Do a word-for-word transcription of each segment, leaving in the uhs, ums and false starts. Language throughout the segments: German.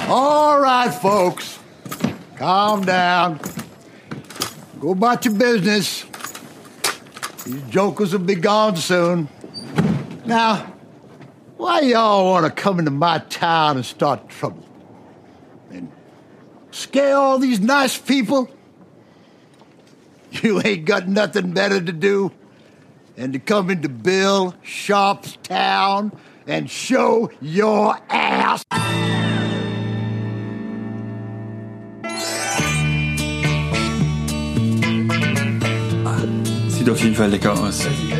All right, folks. Calm down. Go about your business. These jokers will be gone soon. Now, why y'all want to come into my town and start trouble? And scare all these nice people? You ain't got nothing better to do than to come into Bill Sharp's town and show your ass. Sieht auf jeden Fall lecker aus.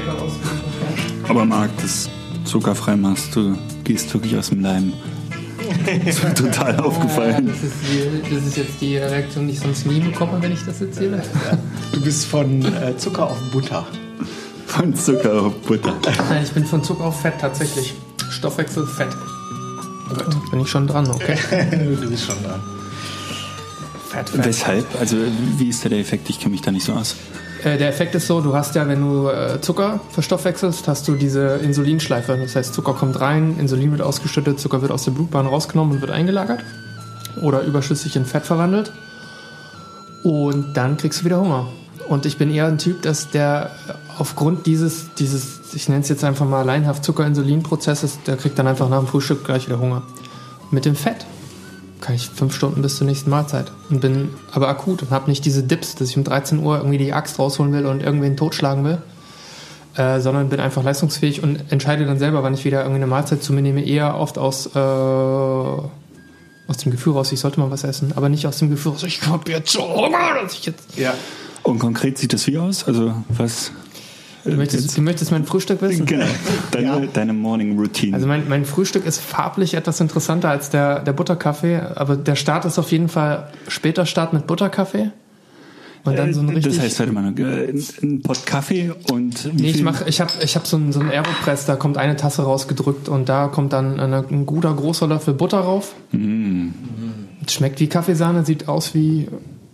Aber Marc, das zuckerfrei machst, du gehst wirklich aus dem Leim. Das ist mir total aufgefallen. Ja, das, ist die, das ist jetzt die Reaktion, die ich sonst nie bekomme, wenn ich das erzähle. Du bist von äh, Zucker auf Butter. Von Zucker auf Butter. Nein, ich bin von Zucker auf Fett tatsächlich. Stoffwechsel, Fett. Gut, bin ich schon dran, okay. Du bist schon dran. Fett, Fett. Weshalb? Also wie ist da der Effekt? Ich kenne mich da nicht so aus. Der Effekt ist so, du hast ja, wenn du Zucker verstoffwechselst, hast du diese Insulinschleife. Das heißt, Zucker kommt rein, Insulin wird ausgeschüttet, Zucker wird aus der Blutbahn rausgenommen und wird eingelagert oder überschüssig in Fett verwandelt. Und dann kriegst du wieder Hunger. Und ich bin eher ein Typ, dass der aufgrund dieses, dieses ich nenne es jetzt einfach mal laienhaft Zucker-Insulin-Prozesses, der kriegt dann einfach nach dem Frühstück gleich wieder Hunger. Mit dem Fett kann ich fünf Stunden bis zur nächsten Mahlzeit und bin aber akut und habe nicht diese Dips, dass ich um dreizehn Uhr irgendwie die Axt rausholen will und irgendwen totschlagen will, äh, sondern bin einfach leistungsfähig und entscheide dann selber, wann ich wieder irgendwie eine Mahlzeit zu mir nehme, eher oft aus, äh, aus dem Gefühl raus, ich sollte mal was essen, aber nicht aus dem Gefühl raus, ich habe jetzt so Hunger, dass ich jetzt... Ja. Und konkret sieht das wie aus? Also was... Du möchtest, du möchtest mein Frühstück wissen? Genau, deine, ja. deine Morning Routine. Also mein, mein Frühstück ist farblich etwas interessanter als der, der Butterkaffee, aber der Start ist auf jeden Fall später Start mit Butterkaffee. Und dann so ein richtig... Das heißt, warte mal, ein Pott Kaffee und... Nee, ich mach, ich habe ich hab so einen so einen Aeropress, da kommt eine Tasse rausgedrückt und da kommt dann eine, ein guter großer Löffel Butter rauf. Mm. Schmeckt wie Kaffeesahne, sieht aus wie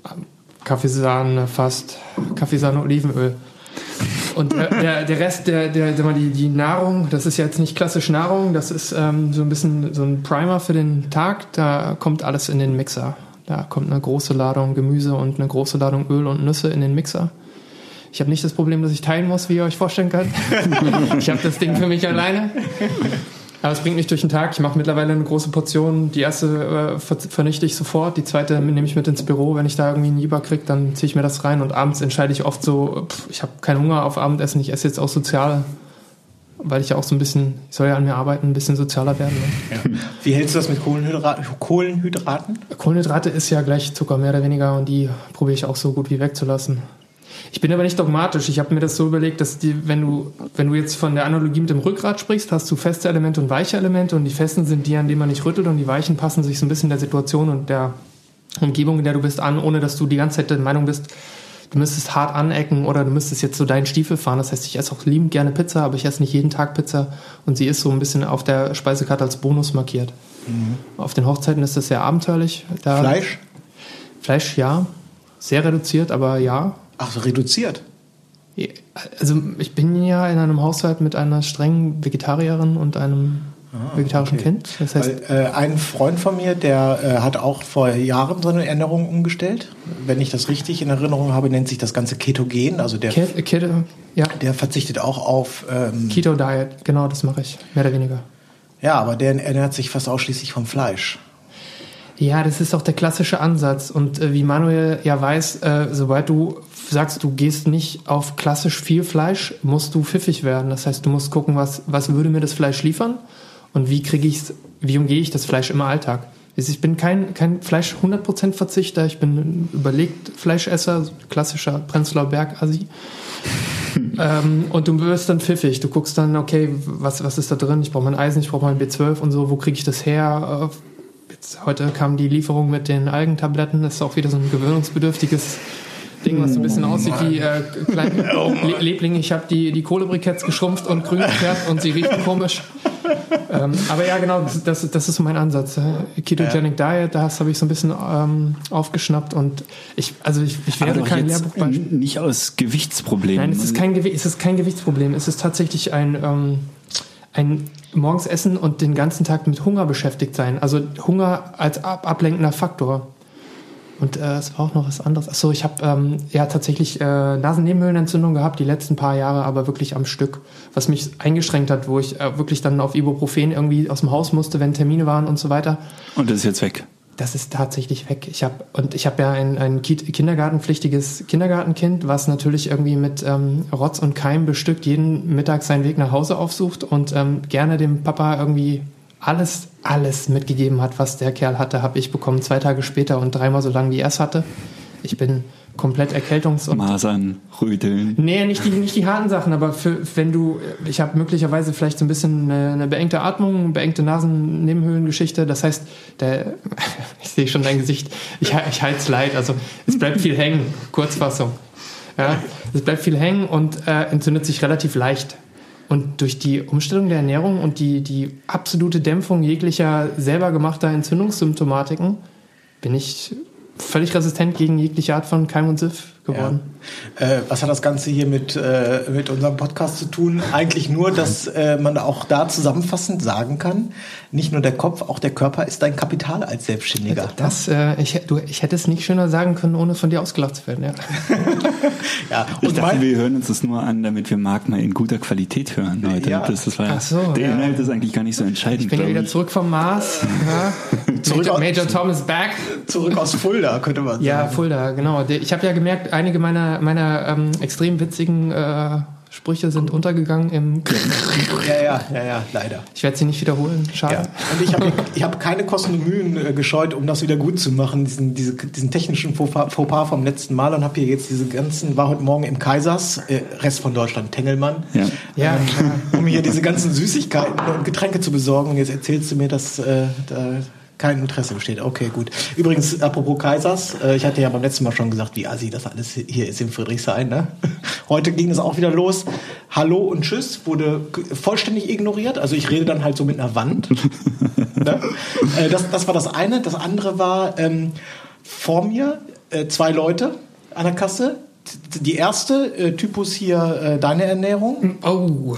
Kaffeesahne fast, Kaffeesahne Olivenöl. Und der, der Rest, der, der, der, die, die Nahrung, das ist ja jetzt nicht klassisch Nahrung, das ist ähm, so ein bisschen so ein Primer für den Tag, da kommt alles in den Mixer. Da kommt eine große Ladung Gemüse und eine große Ladung Öl und Nüsse in den Mixer. Ich habe nicht das Problem, dass ich teilen muss, wie ihr euch vorstellen könnt. Ich habe das Ding für mich alleine. Aber es bringt mich durch den Tag. Ich mache mittlerweile eine große Portion. Die erste äh, vernichte ich sofort. Die zweite nehme ich mit ins Büro. Wenn ich da irgendwie einen Lieber kriege, dann ziehe ich mir das rein. Und abends entscheide ich oft so, pff, ich habe keinen Hunger auf Abendessen. Ich esse jetzt auch sozial, weil ich ja auch so ein bisschen, ich soll ja an mir arbeiten, ein bisschen sozialer werden. Ne? Ja. Wie hältst du das mit Kohlenhydraten? Kohlenhydraten? Kohlenhydrate ist ja gleich Zucker, mehr oder weniger. Und die probiere ich auch so gut wie wegzulassen. Ich bin aber nicht dogmatisch. Ich habe mir das so überlegt, dass die, wenn du, wenn du jetzt von der Analogie mit dem Rückgrat sprichst, hast du feste Elemente und weiche Elemente und die festen sind die, an denen man nicht rüttelt und die weichen passen sich so ein bisschen der Situation und der Umgebung, in der du bist, an, ohne dass du die ganze Zeit der Meinung bist, du müsstest hart anecken oder du müsstest jetzt so deinen Stiefel fahren. Das heißt, ich esse auch liebend gerne Pizza, aber ich esse nicht jeden Tag Pizza und sie ist so ein bisschen auf der Speisekarte als Bonus markiert. Mhm. Auf den Hochzeiten ist das sehr abenteuerlich. Da Fleisch? Fleisch, ja. Sehr reduziert, aber ja. Ach, so reduziert? Also ich bin ja in einem Haushalt mit einer strengen Vegetarierin und einem ah, vegetarischen okay. Kind. Das heißt, Weil, äh, ein Freund von mir, der äh, hat auch vor Jahren seine Ernährung umgestellt. Wenn ich das richtig in Erinnerung habe, nennt sich das Ganze Ketogen. Also der, Ket- Keto, ja. der verzichtet auch auf... Ähm, Keto Diet, genau, das mache ich, mehr oder weniger. Ja, aber der ernährt sich fast ausschließlich vom Fleisch. Ja, das ist auch der klassische Ansatz. Und äh, wie Manuel ja weiß, äh, sobald du sagst, du gehst nicht auf klassisch viel Fleisch, musst du pfiffig werden. Das heißt, du musst gucken, was, was würde mir das Fleisch liefern und wie kriege ich's, wie umgehe ich das Fleisch im Alltag. Ich bin kein, kein Fleisch hundert Prozent Verzichter, ich bin ein überlegt Fleischesser, klassischer Prenzlauer Berg-Assi. ähm, und du wirst dann pfiffig. Du guckst dann, okay, was, was ist da drin? Ich brauche mein Eisen, ich brauche mein B zwölf und so. Wo kriege ich das her? Jetzt, heute kam die Lieferung mit den Algentabletten. Das ist auch wieder so ein gewöhnungsbedürftiges Ding, was so ein bisschen aussieht wie äh, kleine Le- Liebling. Ich habe die, die Kohlebriketts geschrumpft und grün gefärbt und sie riechen komisch. ähm, aber ja, genau, das, das, das ist so mein Ansatz. Ketogenic ja. Diet, das habe ich so ein bisschen ähm, aufgeschnappt und ich, also ich, ich werde kein Lehrbuch bei. Nicht aus Gewichtsproblemen. Nein, es ist kein, Gewi- es ist kein Gewichtsproblem. Es ist tatsächlich ein, ähm, ein morgens essen und den ganzen Tag mit Hunger beschäftigt sein. Also Hunger als ab- ablenkender Faktor. Und äh, es war auch noch was anderes. Achso, ich habe ähm, ja tatsächlich äh, Nasennebenhöhlenentzündung gehabt, die letzten paar Jahre, aber wirklich am Stück, was mich eingeschränkt hat, wo ich äh, wirklich dann auf Ibuprofen irgendwie aus dem Haus musste, wenn Termine waren und so weiter. Und das ist jetzt weg? Das ist tatsächlich weg. Ich habe und ich habe ja ein, ein kindergartenpflichtiges Kindergartenkind, was natürlich irgendwie mit ähm, Rotz und Keim bestückt jeden Mittag seinen Weg nach Hause aufsucht und ähm, gerne dem Papa irgendwie alles, alles mitgegeben hat, was der Kerl hatte, habe ich bekommen zwei Tage später und dreimal so lang, wie er es hatte. Ich bin komplett erkältungs- und... Masern, Röteln. Nee, nicht die, nicht die harten Sachen, aber für, wenn du... Ich habe möglicherweise vielleicht so ein bisschen eine, eine beengte Atmung, eine beengte Nasennebenhöhlengeschichte. Das heißt, der, ich sehe schon dein Gesicht, ich, ich halte es leid. Also es bleibt viel hängen, Kurzfassung. Ja, es bleibt viel hängen und äh, entzündet sich relativ leicht. Und durch die Umstellung der Ernährung und die, die absolute Dämpfung jeglicher selber gemachter Entzündungssymptomatiken bin ich völlig resistent gegen jegliche Art von Keim und Siff geworden. Ja. Äh, was hat das Ganze hier mit, äh, mit unserem Podcast zu tun? Eigentlich nur, dass äh, man auch da zusammenfassend sagen kann, nicht nur der Kopf, auch der Körper ist dein Kapital als Selbstständiger. Das, äh, ich, du, ich hätte es nicht schöner sagen können, ohne von dir ausgelacht zu werden. Ja. Ja, ich und dachte, mein, wir hören uns das nur an, damit wir Marc mal in guter Qualität hören heute. Ja. Das, das war, Ach so, der ja. Inhalt ist eigentlich gar nicht so entscheidend. Ich bin ja wieder ich. zurück vom Mars. Ja. Zurück Major, aus- Major Thomas back. zurück aus Fulda, könnte man sagen. Ja, Fulda, genau. Ich habe ja gemerkt, einige meiner, meiner ähm, extrem witzigen äh, Sprüche sind untergegangen im... Ja, ja, ja, ja, leider. Ich werde sie nicht wiederholen, schade. Ja. Und ich habe ich hab keine Kosten und Mühen äh, gescheut, um das wieder gut zu machen, diesen, diese, diesen technischen Fauxpas Fauxpas vom letzten Mal, und habe hier jetzt diese ganzen, war heute Morgen im Kaisers, äh, Rest von Deutschland, Tengelmann, Ja. Ja, klar. um hier diese ganzen Süßigkeiten und Getränke zu besorgen. Und jetzt erzählst du mir, dass äh, da kein Interesse besteht. Okay, gut. Übrigens, apropos Kaisers, äh, ich hatte ja beim letzten Mal schon gesagt, wie assi das alles hier ist in Friedrichshain. Ne? Heute ging es auch wieder los. Hallo und Tschüss wurde g- vollständig ignoriert. Also ich rede dann halt so mit einer Wand. Ne? äh, das, das war das eine. Das andere war ähm, vor mir äh, zwei Leute an der Kasse. Die erste, äh, Typus hier, äh, deine Ernährung. Oh.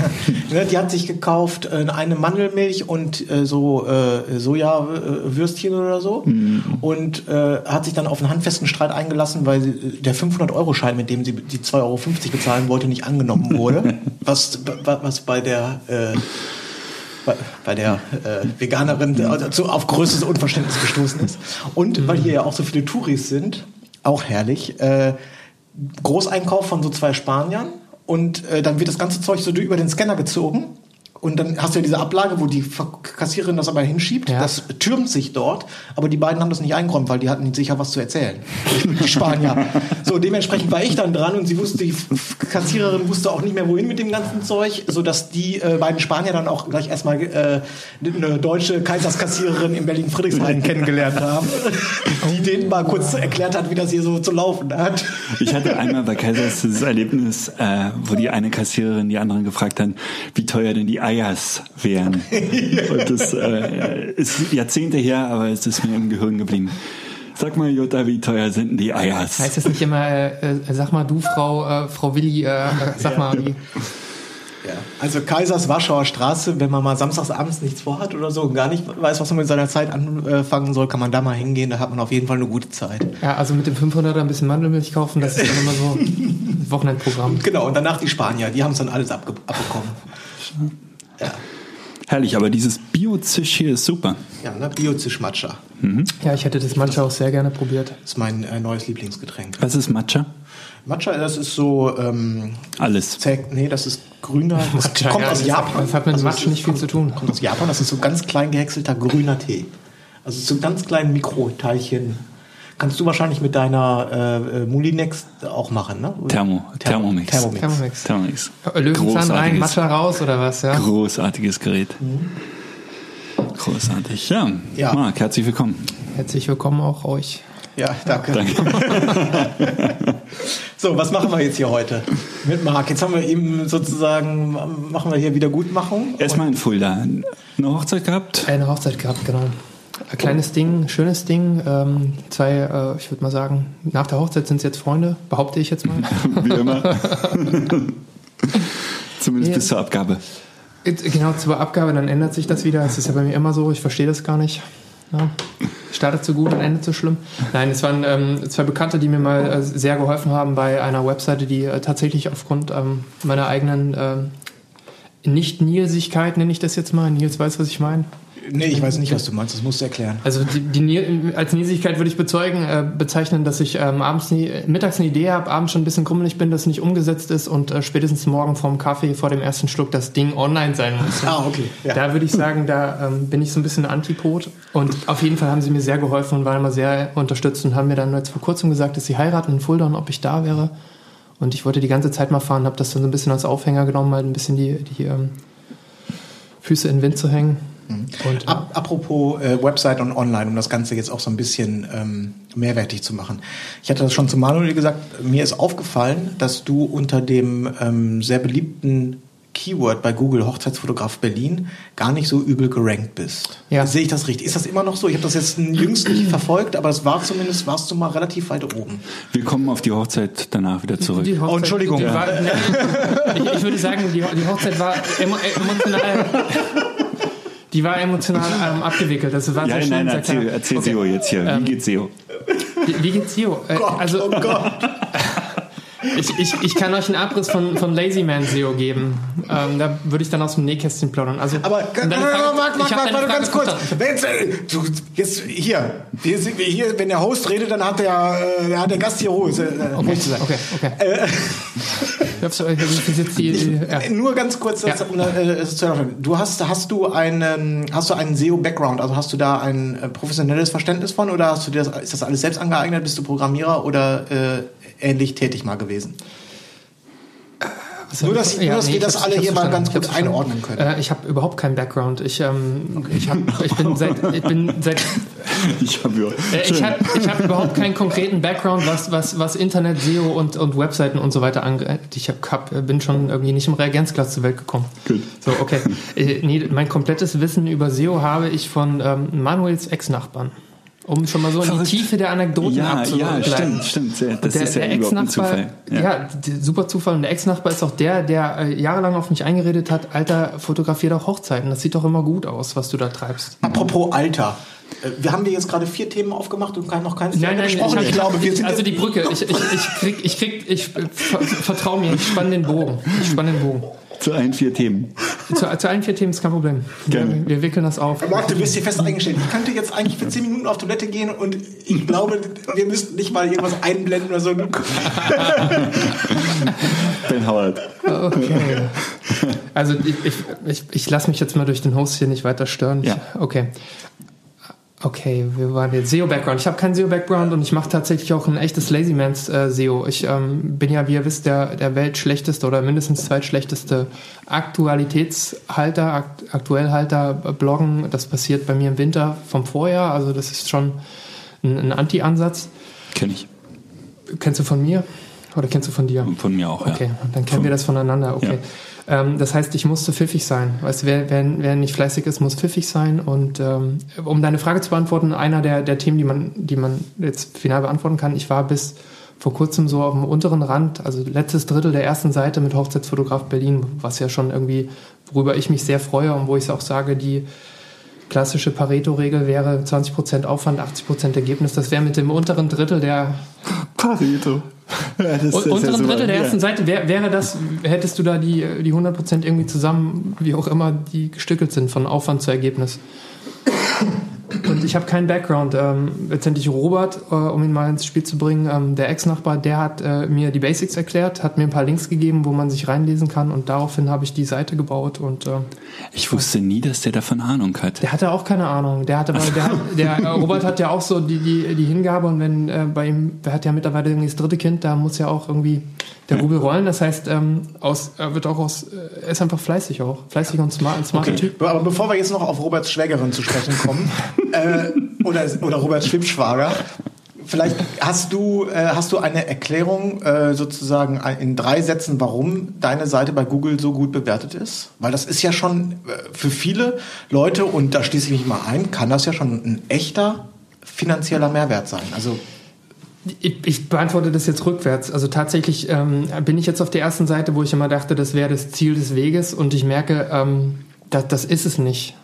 Ne, die hat sich gekauft äh, eine Mandelmilch und äh, so äh, Sojawürstchen oder so. Mhm. Und äh, hat sich dann auf einen handfesten Streit eingelassen, weil sie, der fünfhundert-Euro-Schein, mit dem sie die zwei Euro fünfzig bezahlen wollte, nicht angenommen wurde. was, was bei der... Äh, bei, bei der äh, Veganerin also zu, auf größtes Unverständnis gestoßen ist. Und weil hier ja auch so viele Touris sind, auch herrlich, äh, Großeinkauf von so zwei Spaniern, und äh, dann wird das ganze Zeug so über den Scanner gezogen, und dann hast du ja diese Ablage, wo die Kassiererin das aber hinschiebt. Ja. Das türmt sich dort, aber die beiden haben das nicht eingeräumt, weil die hatten nicht sicher was zu erzählen. Die Spanier. So, dementsprechend war ich dann dran, und sie wusste, die Kassiererin wusste auch nicht mehr, wohin mit dem ganzen Zeug, sodass die äh, beiden Spanier dann auch gleich erstmal äh, eine deutsche Kaiserskassiererin in Berlin-Friedrichshain kennengelernt haben, die denen mal kurz erklärt hat, wie das hier so zu laufen hat. Ich hatte einmal bei Kaisers dieses Erlebnis, äh, wo die eine Kassiererin die anderen gefragt hat, wie teuer denn die Eiers wären. Und das äh, ist Jahrzehnte her, aber es ist mir im Gehirn geblieben. Sag mal, Jutta, wie teuer sind denn die Eiers? Heißt es nicht immer, äh, äh, sag mal du, Frau, äh, Frau Willi, äh, sag mal wie... Ja, also Kaisers Warschauer Straße, wenn man mal samstags abends nichts vorhat oder so und gar nicht weiß, was man mit seiner Zeit anfangen soll, kann man da mal hingehen, da hat man auf jeden Fall eine gute Zeit. Ja, also mit dem fünfhunderter ein bisschen Mandelmilch kaufen, das ist dann immer so ein Wochenendprogramm. Genau, und danach die Spanier, die haben es dann alles abge- abbekommen. Ja. Herrlich, aber dieses Bio-Zisch hier ist super. Ja, ne? Bio-Zisch-Matcha. Mhm. Ja, ich hätte das Matcha auch sehr gerne probiert. Das ist mein äh, neues Lieblingsgetränk. Was ist Matcha? Matcha, das ist so... Ähm, Alles. Zäh, nee, das ist grüner... Das Matcha, kommt ja, aus das Japan. Hat, das hat mit also Matcha nicht viel kommt, zu tun. Kommt aus Japan, das ist so ganz klein gehäckselter grüner Tee. Also so ganz kleinen Mikroteilchen. Kannst du wahrscheinlich mit deiner äh, Mulinex auch machen, ne? Thermo, Thermomix. Thermomix. Thermomix. Thermomix. Löwenzahn rein, Matcha raus oder was? Ja? Großartiges Gerät. Mhm. Großartig. Ja, ja. Marc, herzlich willkommen. Herzlich willkommen auch euch. Ja, danke. danke. So, was machen wir jetzt hier heute mit Marc? Jetzt haben wir eben sozusagen, machen wir hier Wiedergutmachung. Erstmal in Fulda. Eine Hochzeit gehabt? Eine Hochzeit gehabt, genau. Ein kleines Ding, schönes Ding. Ähm, zwei, äh, ich würde mal sagen, nach der Hochzeit sind es jetzt Freunde, behaupte ich jetzt mal. Wie immer. Zumindest ja. bis zur Abgabe. Genau, zur Abgabe, dann ändert sich das wieder. Es ist ja bei mir immer so, ich verstehe das gar nicht. Ja. Startet so gut und endet so schlimm. Nein, es waren ähm, zwei Bekannte, die mir mal äh, sehr geholfen haben bei einer Webseite, die äh, tatsächlich aufgrund ähm, meiner eigenen äh, Nicht-Nilsigkeit, nenne ich das jetzt mal. Nils weiß, was ich meine. Nee, ich weiß nicht, was du meinst. Das musst du erklären. Also die, die, als Niesigkeit würde ich bezeugen, äh, bezeichnen, dass ich ähm, abends nie, mittags eine Idee habe, abends schon ein bisschen krummelig bin, dass es nicht umgesetzt ist und äh, spätestens morgen vorm Kaffee, vor dem ersten Schluck, das Ding online sein muss. Ah, okay. Ja. Da würde ich sagen, da ähm, bin ich so ein bisschen Antipod. Und auf jeden Fall haben sie mir sehr geholfen und waren immer sehr unterstützt und haben mir dann jetzt vor kurzem gesagt, dass sie heiraten in Fulda und ob ich da wäre. Und ich wollte die ganze Zeit mal fahren, habe das dann so ein bisschen als Aufhänger genommen, halt ein bisschen die, die ähm, Füße in den Wind zu hängen. Und, Ap- apropos äh, Website und Online, um das Ganze jetzt auch so ein bisschen ähm, mehrwertig zu machen. Ich hatte das schon zu Manuel gesagt, mir ist aufgefallen, dass du unter dem ähm, sehr beliebten Keyword bei Google Hochzeitsfotograf Berlin gar nicht so übel gerankt bist. Ja. Sehe ich das richtig? Ist das immer noch so? Ich habe das jetzt jüngst nicht verfolgt, aber es war zumindest, warst du mal relativ weit oben. Wir kommen auf die Hochzeit danach wieder zurück. Die Hochzeit, Oh, Entschuldigung. Die war, ne, ich, ich würde sagen, die, die Hochzeit war emo, emotional... Die war emotional ähm, abgewickelt. Das war Ja, sehr schön. nein, erzähl, erzähl okay. S E O jetzt hier. Wie Ähm, geht's S E O? Wie, wie geht's S E O? Äh, Gott, also, oh Gott. ich, ich, ich kann euch einen Abriss von, von Lazy Man S E O geben. Ähm, da würde ich dann aus dem Nähkästchen plaudern. Also, Aber um deine Frage- warte, ich hab warte, deine warte, ganz Frage kurz. verstanden. Wenn, du, jetzt hier, hier sind wir hier, wenn der Host redet, dann hat der, äh, hat der Gast hier Ruhe. Äh, Okay, okay, okay. Äh, Das ist jetzt die, die, ja. Nur ganz kurz, Ja. um äh, zu erläutern. Du hast, hast du einen, hast du einen S E O-Background? Also hast du da ein äh, professionelles Verständnis von oder hast du dir das, ist das alles selbst angeeignet? Bist du Programmierer oder äh, ähnlich tätig mal gewesen? Nur, dass, nur, dass nee, wir das hab's- alle hier mal verstanden. ganz Ich gut hab's verstanden. einordnen können. Äh, ich habe überhaupt keinen Background. Ich, ähm, ich, hab, ich bin seit, ich bin seit Ich habe ja. Äh, Ich habe ich hab überhaupt keinen konkreten Background, was, was, was Internet, S E O und, und Webseiten und so weiter angeht. Ich hab, hab, bin schon irgendwie nicht im Reagenzglas zur Welt gekommen. Gut. So, okay. Äh, nee, mein komplettes Wissen über S E O habe ich von ähm, Manuels Ex-Nachbarn. Um schon mal so in Verrückt. die Tiefe der Anekdoten Ja, abzugleiten. ja, stimmt, stimmt. sehr. Das der, ist ja der überhaupt ein Ex-Nachbar, Zufall. ja, d- super Zufall. Und der Ex-Nachbar ist auch der, der äh, jahrelang auf mich eingeredet hat, Alter, fotografier doch Hochzeiten. Das sieht doch immer gut aus, was du da treibst. Apropos Alter. Äh, Wir haben dir jetzt gerade vier Themen aufgemacht und noch keins Nein, nein, besprochen. ich, Ich glaube, wir sind also die Brücke. Ich, ich, ich krieg, ich krieg, ich äh, ver, vertrau mir. Ich spann den Bogen. Ich spann den Bogen. Zu allen vier Themen. Zu, zu allen vier Themen ist kein Problem. Gerne. Wir, wir wickeln das auf. Marc, du wirst hier fest eingestellt. Ich könnte jetzt eigentlich für zehn Minuten auf Toilette gehen und ich glaube, wir müssten nicht mal irgendwas einblenden oder so. Ben Howard. Okay. Also ich, ich, ich, ich lasse mich jetzt mal durch den Host hier nicht weiter stören. Ich, Ja. Okay. Okay, wir waren jetzt S E O-Background. Ich habe keinen S E O-Background und ich mache tatsächlich auch ein echtes Lazy Mans äh, S E O. Ich ähm, bin ja, wie ihr wisst, der, der weltschlechteste oder mindestens zweitschlechteste Aktualitätshalter, akt, Aktuellhalter bloggen. Das passiert bei mir im Winter vom Vorjahr. Also das ist schon ein, ein Anti-Ansatz. Kenn ich. Kennst du von mir oder kennst du von dir? Von mir auch, Okay, ja. dann kennen Von- wir das voneinander. Okay. Ja. Ähm, das heißt, ich musste pfiffig sein. Weißt du, wer, wer, wer nicht fleißig ist, muss pfiffig sein. Und ähm, um deine Frage zu beantworten, einer der, der Themen, die man, die man jetzt final beantworten kann, ich war bis vor kurzem so auf dem unteren Rand, also letztes Drittel der ersten Seite mit Hochzeitsfotograf Berlin, was ja schon irgendwie, worüber ich mich sehr freue und wo ich auch sage, die klassische Pareto-Regel wäre zwanzig Prozent Aufwand, achtzig Prozent Ergebnis. Das wäre mit dem unteren Drittel der Pareto. Ja, das Und, ist unteren ja super. Drittel der Ja. ersten Seite, wär, wäre das, hättest du da die, die hundert Prozent irgendwie zusammen, wie auch immer die gestückelt sind, von Aufwand zu Ergebnis. Und ich habe keinen Background. Ähm, letztendlich Robert, äh, um ihn mal ins Spiel zu bringen, ähm, der Ex-Nachbar, der hat äh, mir die Basics erklärt, hat mir ein paar Links gegeben, wo man sich reinlesen kann und daraufhin habe ich die Seite gebaut und äh, Ich wusste nie, dass der davon Ahnung hat. der hatte auch keine Ahnung. Der hatte, der, der äh, Robert hat ja auch so die, die, die Hingabe und wenn äh, bei ihm, der hat ja mittlerweile irgendwie das dritte Kind, da muss ja auch irgendwie der Rubel rollen. Das heißt, ähm, aus, er wird auch aus, er ist einfach fleißig auch. Fleißig und smart, ein smarter Okay. Typ. Aber bevor wir jetzt noch auf Roberts Schwägerin zu sprechen kommen, äh, oder, oder Roberts Schwimmschwager, vielleicht hast du, äh, hast du eine Erklärung äh, sozusagen in drei Sätzen, warum deine Seite bei Google so gut bewertet ist? Weil das ist ja schon äh, für viele Leute, und da schließe ich mich mal ein, kann das ja schon ein echter finanzieller Mehrwert sein. Also Ich, ich beantworte das jetzt rückwärts. Also tatsächlich ähm, bin ich jetzt auf der ersten Seite, wo ich immer dachte, das wäre das Ziel des Weges und ich merke, ähm, das, das ist es nicht.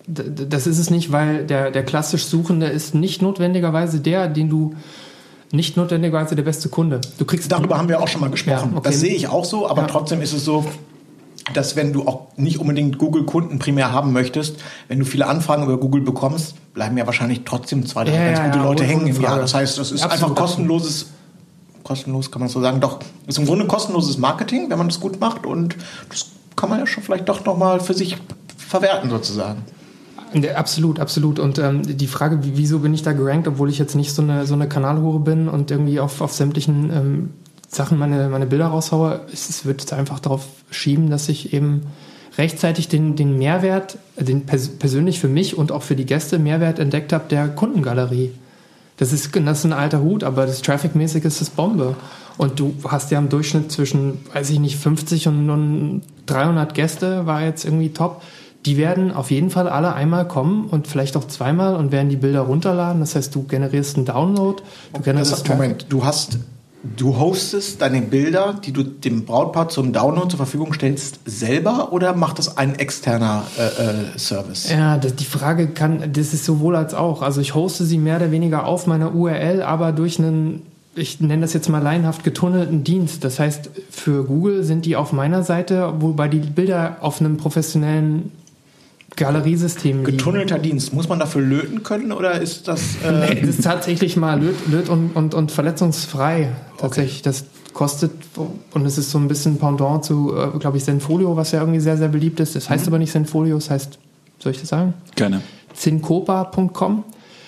Das ist es nicht, weil der, der klassisch Suchende ist nicht notwendigerweise der, den du nicht notwendigerweise der beste Kunde. Du kriegst Darüber haben wir auch schon mal gesprochen. Ja, okay. Das sehe ich auch so, aber ja. trotzdem ist es so, dass wenn du auch nicht unbedingt Google-Kunden primär haben möchtest, wenn du viele Anfragen über Google bekommst, bleiben ja wahrscheinlich trotzdem zwei, drei ja, ganz ja, gute ja, Leute ohne hängen im Frage. Jahr. Das heißt, das ist Absolut. einfach kostenloses, kostenlos kann man so sagen, doch, ist im Grunde kostenloses Marketing, wenn man das gut macht und das kann man ja schon vielleicht doch nochmal für sich verwerten sozusagen. Absolut, absolut. Und ähm, die Frage, wieso bin ich da gerankt, obwohl ich jetzt nicht so eine, so eine Kanalhure bin und irgendwie auf, auf sämtlichen ähm, Sachen meine, meine Bilder raushaue, es, es wird einfach darauf schieben, dass ich eben rechtzeitig den, den Mehrwert, den pers- persönlich für mich und auch für die Gäste Mehrwert entdeckt habe der Kundengalerie. Das ist, das ist ein alter Hut, aber das Traffic-mäßig ist das Bombe. Und du hast ja im Durchschnitt zwischen, weiß ich nicht, fünfzig und, und dreihundert Gäste, war jetzt irgendwie top. Die werden auf jeden Fall alle einmal kommen und vielleicht auch zweimal und werden die Bilder runterladen. Das heißt, du generierst einen Download. Du generierst Das, Moment, du hast, du hostest deine Bilder, die du dem Brautpaar zum Download zur Verfügung stellst, selber oder macht das ein externer äh, äh, Service? Ja, das, die Frage kann, das ist sowohl als auch. Also ich hoste sie mehr oder weniger auf meiner U R L, aber durch einen, ich nenne das jetzt mal laienhaft, getunnelten Dienst. Das heißt, für Google sind die auf meiner Seite, wobei die Bilder auf einem professionellen Galeriesystem liegen. Getunnelter Dienst. Muss man dafür löten können oder ist das... Äh Nee, das ist tatsächlich mal löt, löt und, und, und verletzungsfrei. Tatsächlich. Okay. Das kostet, und es ist so ein bisschen Pendant zu, äh, glaube ich, Zenfolio, was ja irgendwie sehr, sehr beliebt ist. Das heißt mhm. aber nicht Zenfolio, das heißt, soll ich das sagen? Gerne. Zincopa punkt com.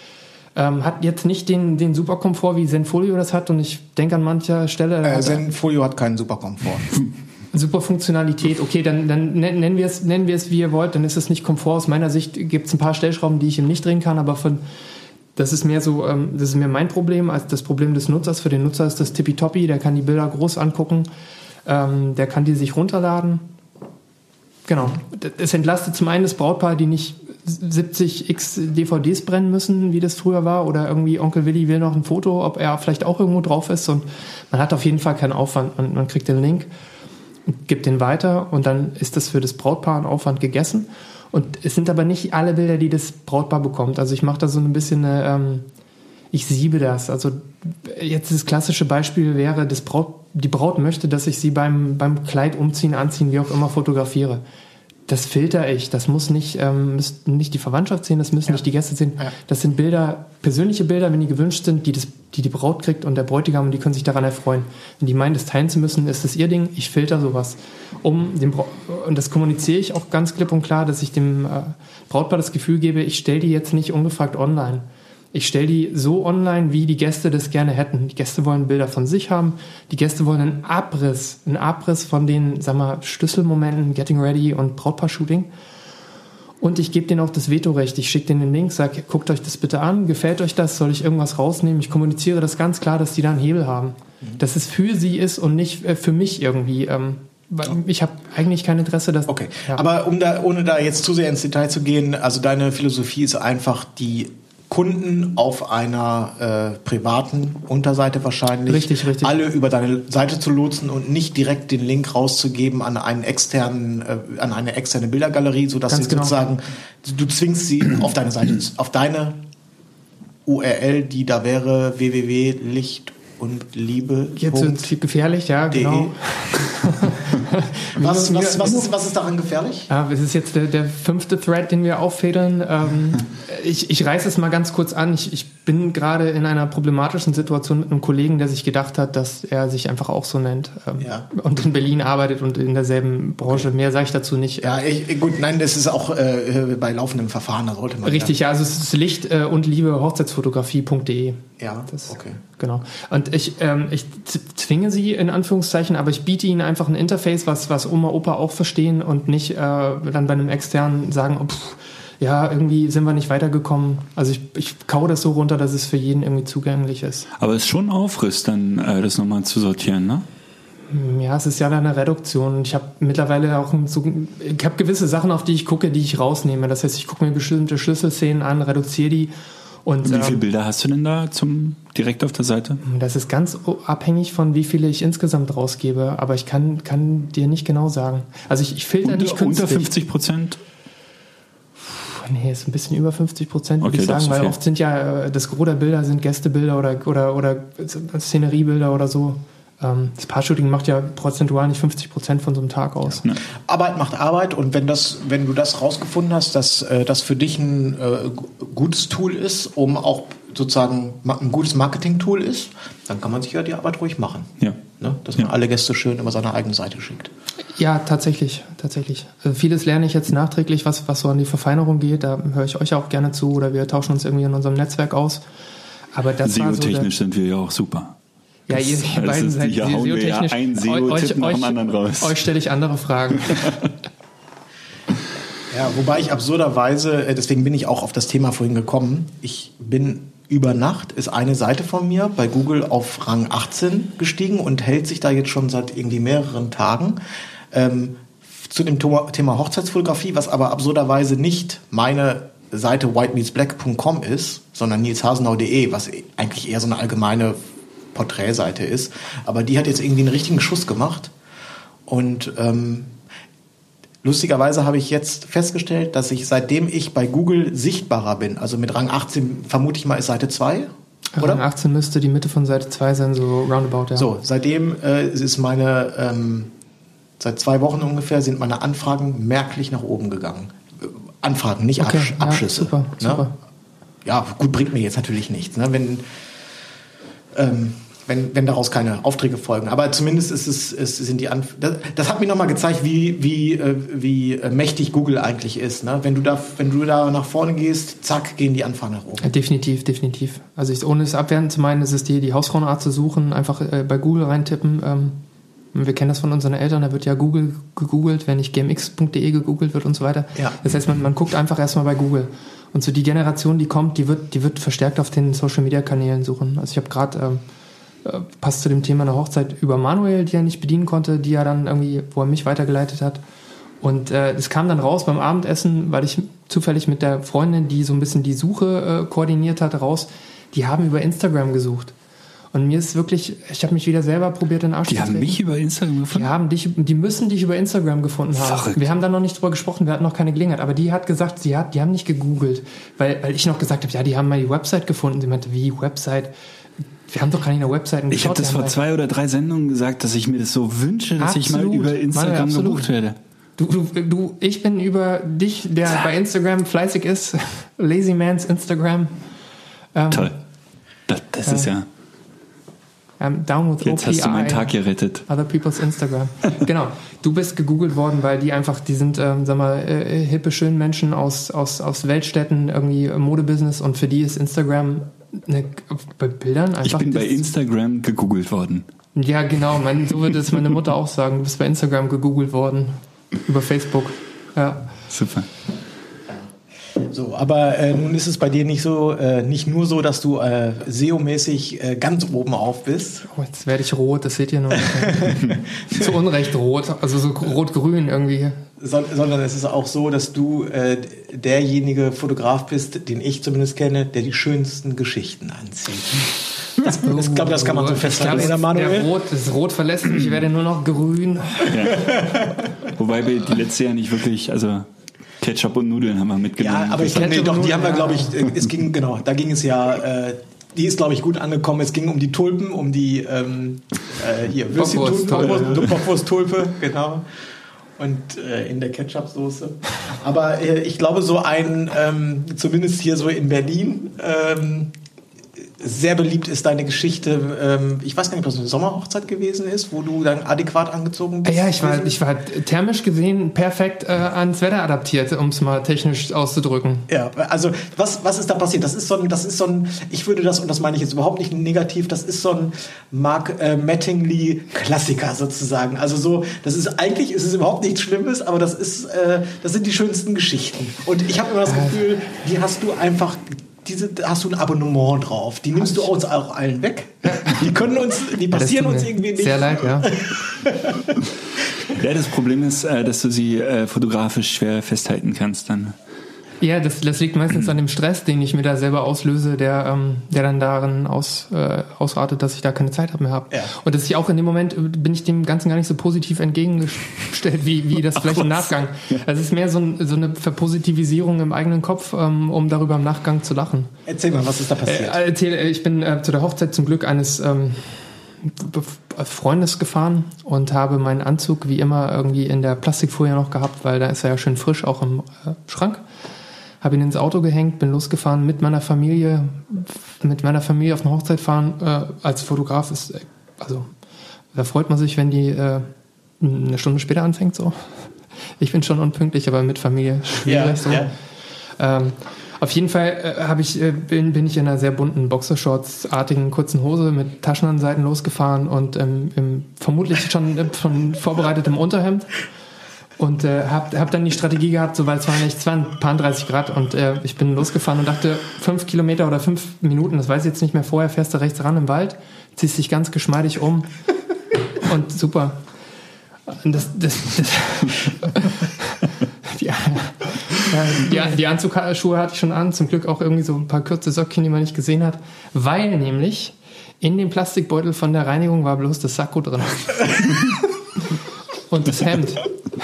Ähm, hat jetzt nicht den, den Superkomfort, wie Zenfolio das hat, und ich denke an mancher Stelle... Äh, Zenfolio hat keinen Superkomfort. Super Funktionalität, okay, dann, dann nennen wir es, nennen wir es, wie ihr wollt, dann ist es nicht Komfort. Aus meiner Sicht gibt es ein paar Stellschrauben, die ich eben nicht drehen kann, aber von, das ist mehr so, ähm, das ist mehr mein Problem als das Problem des Nutzers. Für den Nutzer ist das tippitoppi, der kann die Bilder groß angucken, ähm, der kann die sich runterladen. Genau. Es entlastet zum einen das Brautpaar, die nicht siebzig x D V Ds brennen müssen, wie das früher war, oder irgendwie Onkel Willi will noch ein Foto, ob er vielleicht auch irgendwo drauf ist, und man hat auf jeden Fall keinen Aufwand, man, man kriegt den Link, gibt den weiter und dann ist das für das Brautpaar ein Aufwand gegessen. Und es sind aber nicht alle Bilder, die das Brautpaar bekommt. Also ich mache da so ein bisschen eine, ähm, ich siebe das. Also jetzt das klassische Beispiel wäre, das Braut, die Braut möchte, dass ich sie beim, beim Kleid umziehen, anziehen, wie auch immer fotografiere. Das filter ich. Das muss nicht, ähm, müssen nicht die Verwandtschaft sehen, das müssen ja. nicht die Gäste sehen. Ja. Das sind Bilder, persönliche Bilder, wenn die gewünscht sind, die, das, die die Braut kriegt und der Bräutigam, und die können sich daran erfreuen. Wenn die meinen, das teilen zu müssen, ist das ihr Ding. Ich filter sowas. Um dem Bra- und das kommuniziere ich auch ganz klipp und klar, dass ich dem äh, Brautpaar das Gefühl gebe, ich stelle die jetzt nicht ungefragt online. Ich stelle die so online, wie die Gäste das gerne hätten. Die Gäste wollen Bilder von sich haben. Die Gäste wollen einen Abriss, einen Abriss von den, sag mal, Schlüsselmomenten, Getting Ready und Brautpaar-Shooting. Und ich gebe denen auch das Vetorecht. Ich schicke denen den Link, sage, guckt euch das bitte an. Gefällt euch das? Soll ich irgendwas rausnehmen? Ich kommuniziere das ganz klar, dass die da einen Hebel haben. Dass es für sie ist und nicht äh, für mich irgendwie. Ähm, weil ich habe eigentlich kein Interesse, dass... Okay, ja. aber um da, ohne da jetzt zu sehr ins Detail zu gehen, also deine Philosophie ist einfach, die Kunden auf einer äh, privaten Unterseite wahrscheinlich richtig, richtig. alle über deine Seite zu lotsen und nicht direkt den Link rauszugeben an einen externen, äh, an eine externe Bildergalerie, sodass Ganz sie genau. sozusagen, du zwingst sie auf deine Seite, auf deine U R L, die da wäre w w w punkt licht und liebe Jetzt wird es gefährlich, ja, genau. was, was, was, ist, was ist daran gefährlich? Ja, das ist jetzt der, der fünfte Thread, den wir auffädeln. Ähm, ich, ich reiße es mal ganz kurz an. Ich, ich bin gerade in einer problematischen Situation mit einem Kollegen, der sich gedacht hat, dass er sich einfach auch so nennt. Ähm, ja. Und in Berlin arbeitet und in derselben Branche. Okay. Mehr sage ich dazu nicht. Ja, ich, gut, nein, das ist auch äh, bei laufendem Verfahren, da sollte man... Richtig, ja, ja also es ist Licht äh, und Liebe Hochzeitsfotografie punkt de. Ja, das, okay. Genau. Und ich, ähm, ich zwinge sie in Anführungszeichen, aber ich biete ihnen einfach ein Interface, was, was Oma, Opa auch verstehen und nicht äh, dann bei einem externen sagen, oh, pff, ja, irgendwie sind wir nicht weitergekommen. Also ich, ich kau das so runter, dass es für jeden irgendwie zugänglich ist. Aber es ist schon ein Aufriss, dann äh, das nochmal zu sortieren, ne? Ja, es ist ja eine Reduktion. Ich habe mittlerweile auch ein, so, ich habe gewisse Sachen, auf die ich gucke, die ich rausnehme. Das heißt, ich gucke mir bestimmte Schlüsselszenen an, reduziere die. Und, Wie ähm, viele Bilder hast du denn da zum direkt auf der Seite? Das ist ganz abhängig von, wie viele ich insgesamt rausgebe, aber ich kann, kann dir nicht genau sagen. Also ich, ich filter unter, nicht künstlich. Unter fünfzig Prozent? Nee, ist ein bisschen über fünfzig Prozent, würde okay, ich sagen, so weil viel. oft sind ja, das Gros der Bilder sind Gästebilder oder, oder, oder Szeneriebilder oder so. Das Paar-Shooting macht ja prozentual nicht fünfzig Prozent von so einem Tag aus. Ja. Arbeit macht Arbeit, und wenn das, wenn du das rausgefunden hast, dass äh, das für dich ein äh, gutes Tool ist, um auch sozusagen ein gutes Marketing-Tool ist, dann kann man sich ja die Arbeit ruhig machen. Ja. Ne? Dass man ja. alle Gäste schön über seine eigene Seite schickt. Ja, tatsächlich, tatsächlich. Also vieles lerne ich jetzt nachträglich, was, was so an die Verfeinerung geht. Da höre ich euch auch gerne zu, oder wir tauschen uns irgendwie in unserem Netzwerk aus. Aber das war so SEO-technisch sind wir ja auch super. Ja, ihr, ihr beiden ist, seid hier hauen wir ja SEO-technisch. einen S E O-Tipp nach dem anderen raus. Euch stelle ich andere Fragen. Ja, wobei ich absurderweise, deswegen bin ich auch auf das Thema vorhin gekommen, ich bin über Nacht, ist eine Seite von mir bei Google auf Rang achtzehn gestiegen und hält sich da jetzt schon seit irgendwie mehreren Tagen. Ähm, zu dem Thema Hochzeitsfotografie, was aber absurderweise nicht meine Seite white meets black punkt com ist, sondern nilshasenau punkt de, was eigentlich eher so eine allgemeine Porträtseite ist. Aber die hat jetzt irgendwie einen richtigen Schuss gemacht. Und ähm, lustigerweise habe ich jetzt festgestellt, dass ich, seitdem ich bei Google sichtbarer bin, also mit Rang achtzehn, vermute ich mal, ist Seite zwei, oder? Rang achtzehn müsste die Mitte von Seite zwei sein, so roundabout, ja. So, seitdem äh, ist meine, ähm, seit zwei Wochen ungefähr, sind meine Anfragen merklich nach oben gegangen. Äh, Anfragen, nicht okay, Absch- Abschlüsse. Ja, super, ne? super. Ja, gut, bringt mir jetzt natürlich nichts, ne? Wenn... Ähm, Wenn, wenn daraus keine Aufträge folgen. Aber zumindest ist es, es sind die Anf- das, das hat mir nochmal gezeigt, wie, wie, äh, wie mächtig Google eigentlich ist. Ne? Wenn du da, wenn du da nach vorne gehst, zack, gehen die Anfragen nach oben. Definitiv, definitiv. Also ich, ohne es abwertend zu meinen, ist es die, die Hausfrauenart zu suchen, einfach äh, bei Google reintippen. Ähm, wir kennen das von unseren Eltern, da wird ja Google gegoogelt, wenn nicht g m x punkt de gegoogelt wird und so weiter. Ja. Das heißt, man, man guckt einfach erstmal bei Google. Und so die Generation, die kommt, die wird, die wird verstärkt auf den Social-Media-Kanälen suchen. Also ich habe gerade... Ähm, passt zu dem Thema einer Hochzeit über Manuel, die er nicht bedienen konnte, die er dann irgendwie, wo er mich weitergeleitet hat. Und äh, das kam dann raus beim Abendessen, weil ich zufällig mit der Freundin, die so ein bisschen die Suche äh, koordiniert hatte, raus, die haben über Instagram gesucht. Und mir ist wirklich, ich habe mich wieder selber probiert, in den Arsch Die zu haben treten. mich über Instagram gefunden? Die haben dich, die müssen dich über Instagram gefunden haben. Verrückt. Wir haben da noch nicht drüber gesprochen, wir hatten noch keine Gelegenheit. Aber die hat gesagt, sie hat, die haben nicht gegoogelt. Weil, weil ich noch gesagt habe, ja, die haben mal die Website gefunden. Sie meinte, wie Website? Wir haben doch gar nicht eine Website geschaut. Ich habe das vor halt zwei oder drei Sendungen gesagt, dass ich mir das so wünsche, dass absolut. ich mal über Instagram Manuel, gebucht werde. Du, du, du, ich bin über dich, der bei Instagram fleißig ist, Lazy Man's Instagram. Ähm, Toll. Das, das äh, ist ja... I'm down with Jetzt O P I. hast du meinen Tag gerettet. Other people's Instagram. Genau. Du bist gegoogelt worden, weil die einfach, die sind, ähm, sag mal, äh, hippe, schöne Menschen aus, aus, aus Weltstädten, irgendwie äh, Modebusiness, und für die ist Instagram eine, bei Bildern einfach... Ich bin bei das, Instagram gegoogelt worden. Ja, genau. Mein, so würde es meine Mutter auch sagen. Du bist bei Instagram gegoogelt worden. Über Facebook. Ja. Super. So, aber äh, nun ist es bei dir nicht so, äh, nicht nur so, dass du äh, S E O-mäßig äh, ganz oben auf bist. Oh, jetzt werde ich rot, das seht ihr noch. Zu Unrecht rot, also so rot-grün irgendwie. So, sondern es ist auch so, dass du äh, derjenige Fotograf bist, den ich zumindest kenne, der die schönsten Geschichten anzieht. Das, das, ich glaube, das kann man so festhalten, oder Manuel? Der Rot, das Rot verlässt mich, ich werde nur noch grün. Ja. Wobei wir die letzte Jahr nicht wirklich, also Ketchup und Nudeln haben wir mitgenommen. Ja, aber ich nee, doch, die haben wir, glaube ich, es ging, genau, da ging es ja, äh, die ist, glaube ich, gut angekommen. Es ging um die Tulpen, um die, ähm, äh, hier, Würstchen-Tulpe, Bockwurst-Tulpe, genau. Und äh, in der Ketchup-Soße. Aber äh, ich glaube, so ein, ähm, zumindest hier so in Berlin, ähm, sehr beliebt ist deine Geschichte, ähm, ich weiß gar nicht, ob das eine Sommerhochzeit gewesen ist, wo du dann adäquat angezogen bist. Ja, ich war, ich war thermisch gesehen perfekt äh, ans Wetter adaptiert, um es mal technisch auszudrücken. Ja, also was, was ist da passiert? Das ist so ein, das ist so ein, ich würde das, und das meine ich jetzt überhaupt nicht negativ, das ist so ein Mark äh, Mattingly-Klassiker sozusagen. Also so, das ist eigentlich, ist es überhaupt nichts Schlimmes, aber das ist, äh, das sind die schönsten Geschichten. Und ich habe immer das Gefühl, die hast du einfach... Diese, hast du ein Abonnement drauf. Die nimmst du uns auch allen weg. Die können uns, die passieren ja, uns irgendwie nicht. Sehr leid, ja. Ja, das Problem ist, dass du sie fotografisch schwer festhalten kannst dann. Ja, das, das liegt meistens an dem Stress, den ich mir da selber auslöse, der, ähm, der dann darin aus, äh, ausartet, dass ich da keine Zeit mehr habe. Ja. Und dass ich auch in dem Moment, bin ich dem Ganzen gar nicht so positiv entgegengestellt, wie, wie das vielleicht im Nachgang. Also es ist mehr so, ein, so eine Verpositivisierung im eigenen Kopf, ähm, um darüber im Nachgang zu lachen. Erzähl mal, was ist da passiert? Äh, erzähl, ich bin äh, zu der Hochzeit zum Glück eines ähm, Freundes gefahren und habe meinen Anzug wie immer irgendwie in der Plastikfolie noch gehabt, weil da ist er ja schön frisch, auch im äh, Schrank. Habe ihn ins Auto gehängt, bin losgefahren mit meiner Familie, mit meiner Familie auf eine Hochzeit fahren. Äh, als Fotograf ist, also da freut man sich, wenn die äh, eine Stunde später anfängt. So, ich bin schon unpünktlich, aber mit Familie schwierig. Ja, so. Ja. Ähm, Auf jeden Fall äh, hab ich, äh, bin, bin ich in einer sehr bunten Boxershorts-artigen kurzen Hose mit Taschen an den Seiten losgefahren und ähm, im, vermutlich schon, äh, schon vorbereitetem Unterhemd und äh, hab, hab dann die Strategie gehabt, so, weil es waren echt es waren ein paar dreißig Grad und äh, ich bin losgefahren und dachte, fünf Kilometer oder fünf Minuten, das weiß ich jetzt nicht mehr, vorher fährst du rechts ran im Wald, ziehst dich ganz geschmeidig um und super. Und das, das, das die, die, die Anzugsschuhe hatte ich schon an, zum Glück auch irgendwie so ein paar kurze Söckchen, die man nicht gesehen hat, weil nämlich in dem Plastikbeutel von der Reinigung war bloß das Sakko drin. Und das Hemd.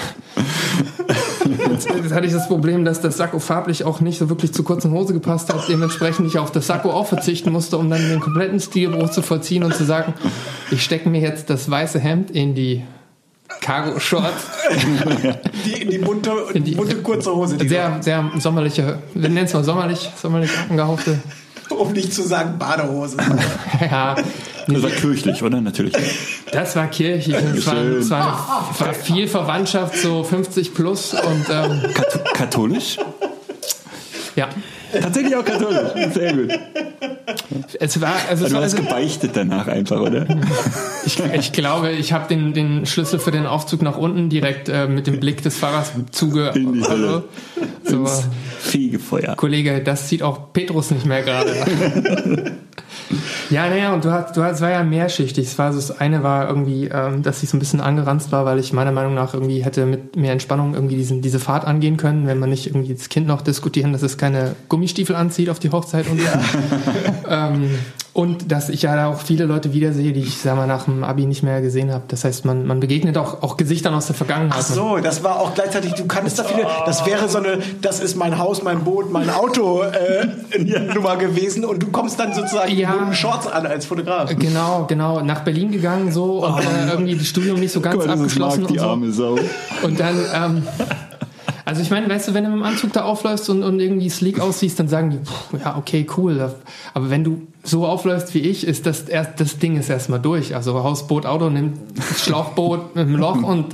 Jetzt, jetzt hatte ich das Problem, dass das Sakko farblich auch nicht so wirklich zur kurzen Hose gepasst hat, dementsprechend ich auf das Sakko auch verzichten musste, um dann den kompletten Stilbruch zu vollziehen und zu sagen, ich stecke mir jetzt das weiße Hemd in die Cargo-Shorts. Die, in die bunte, in die, bunte kurze Hose. Die sehr, sehr sommerliche, wir nennen es mal sommerlich, sommerlich angehauchte. Um nicht zu sagen Badehose. Ja. Das war kirchlich, oder? Natürlich. Das war kirchlich. Es war, es war, war viel Verwandtschaft, so fünfzig plus. Und, ähm, Kat- katholisch? Ja. Tatsächlich auch katholisch. Sehr gut. Es war, also du es war, hast also, gebeichtet danach einfach, oder? Ich, ich glaube, ich habe den, den Schlüssel für den Aufzug nach unten direkt äh, mit dem Blick des Fahrers zuge... In die Hölle. So, Fegefeuer. Kollege, das sieht auch Petrus nicht mehr gerade. Ja, naja, und du hast, du hast, es war ja mehrschichtig. Es war so, das eine war irgendwie, ähm, dass ich so ein bisschen angeranzt war, weil ich meiner Meinung nach irgendwie hätte mit mehr Entspannung irgendwie diesen, diese Fahrt angehen können, wenn man nicht irgendwie das Kind noch diskutieren, dass es keine Gummistiefel anzieht auf die Hochzeit und so. ähm, und dass ich ja auch viele Leute wiedersehe, die ich, sag mal, nach dem Abi nicht mehr gesehen habe. Das heißt, man, man begegnet auch, auch Gesichtern aus der Vergangenheit. Ach so, das war auch gleichzeitig, du kanntest da viele, das wäre so eine, das ist mein Haus, mein Boot, mein Auto äh, Nummer gewesen und du kommst dann sozusagen ja, in Shorts an als Fotograf. Genau, genau, nach Berlin gegangen so und äh, irgendwie das Studium nicht so ganz Gott, abgeschlossen mag die und so. arme Sau. Und dann, ähm, also ich meine, weißt du, wenn du mit dem Anzug da aufläufst und, und irgendwie sleek aussiehst, dann sagen die, pff, ja, okay, cool. Aber wenn du so aufläufst wie ich, ist das erst, das Ding ist erstmal durch. Also Haus, Boot, Auto, nimmt das Schlauchboot mit dem Loch und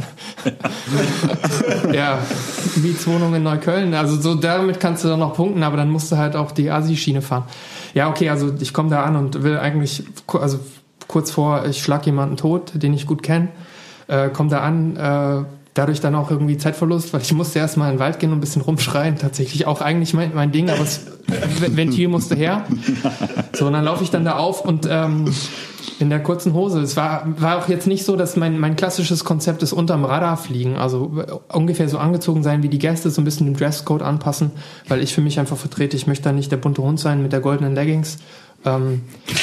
ja, Mietswohnung in Neukölln. Also so damit kannst du dann noch punkten, aber dann musst du halt auch die Asi-Schiene fahren. Ja, okay, also ich komme da an und will eigentlich, also kurz vor, ich schlag jemanden tot, den ich gut kenne, äh, komme da an, äh, dadurch dann auch irgendwie Zeitverlust, weil ich musste erstmal in den Wald gehen und ein bisschen rumschreien. Tatsächlich auch eigentlich mein, mein Ding, aber das Ventil musste her. So, und dann laufe ich dann da auf und ähm, in der kurzen Hose. Es war, war auch jetzt nicht so, dass mein, mein klassisches Konzept ist unterm Radar fliegen. Also ungefähr so angezogen sein wie die Gäste, so ein bisschen den Dresscode anpassen, weil ich für mich einfach vertrete, ich möchte da nicht der bunte Hund sein mit der goldenen Leggings. Ähm,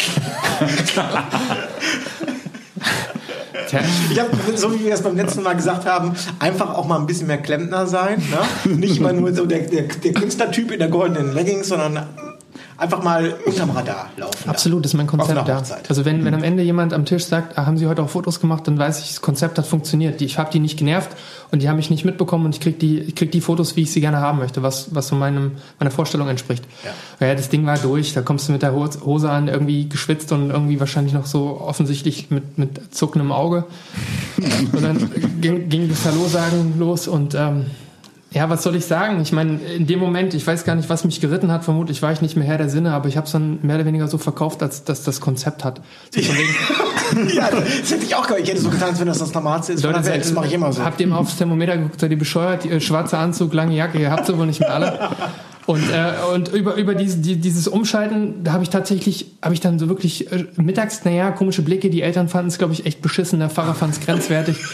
Ich habe, so wie wir es beim letzten Mal gesagt haben, einfach auch mal ein bisschen mehr Klempner sein. Ne? Nicht immer nur so der, der, der Künstlertyp in der goldenen Leggings, sondern einfach mal unterm Radar laufen. Absolut, das ist mein Konzept. Ja. Also wenn, wenn am Ende jemand am Tisch sagt, ah, haben Sie heute auch Fotos gemacht, dann weiß ich, das Konzept hat funktioniert. Ich habe die nicht genervt und die haben mich nicht mitbekommen und ich krieg die, ich krieg die Fotos, wie ich sie gerne haben möchte, was, was so meinem, meiner Vorstellung entspricht. Ja. Ja, das Ding war durch, da kommst du mit der Hose an, irgendwie geschwitzt und irgendwie wahrscheinlich noch so offensichtlich mit, mit zuckendem Auge. Und dann ging, ging das Hallo-Sagen los und ähm, ja, was soll ich sagen? Ich meine, in dem Moment, ich weiß gar nicht, was mich geritten hat, vermutlich war ich nicht mehr Herr der Sinne, aber ich habe es dann mehr oder weniger so verkauft, als dass das Konzept hat. So von wegen, ja, das hätte ich auch gemacht. Ich hätte so getan, als wenn das das Normalste ist. Leute, das mache ich immer so. Habt ihr mal aufs Thermometer geguckt, seid ihr bescheuert? Die, äh, schwarzer Anzug, lange Jacke, ihr habt sie wohl nicht mehr alle. Und, äh, und über, über diese, die, dieses Umschalten, da habe ich tatsächlich, habe ich dann so wirklich äh, mittags, naja, komische Blicke, die Eltern fanden es, glaube ich, echt beschissen, der Pfarrer fand es grenzwertig.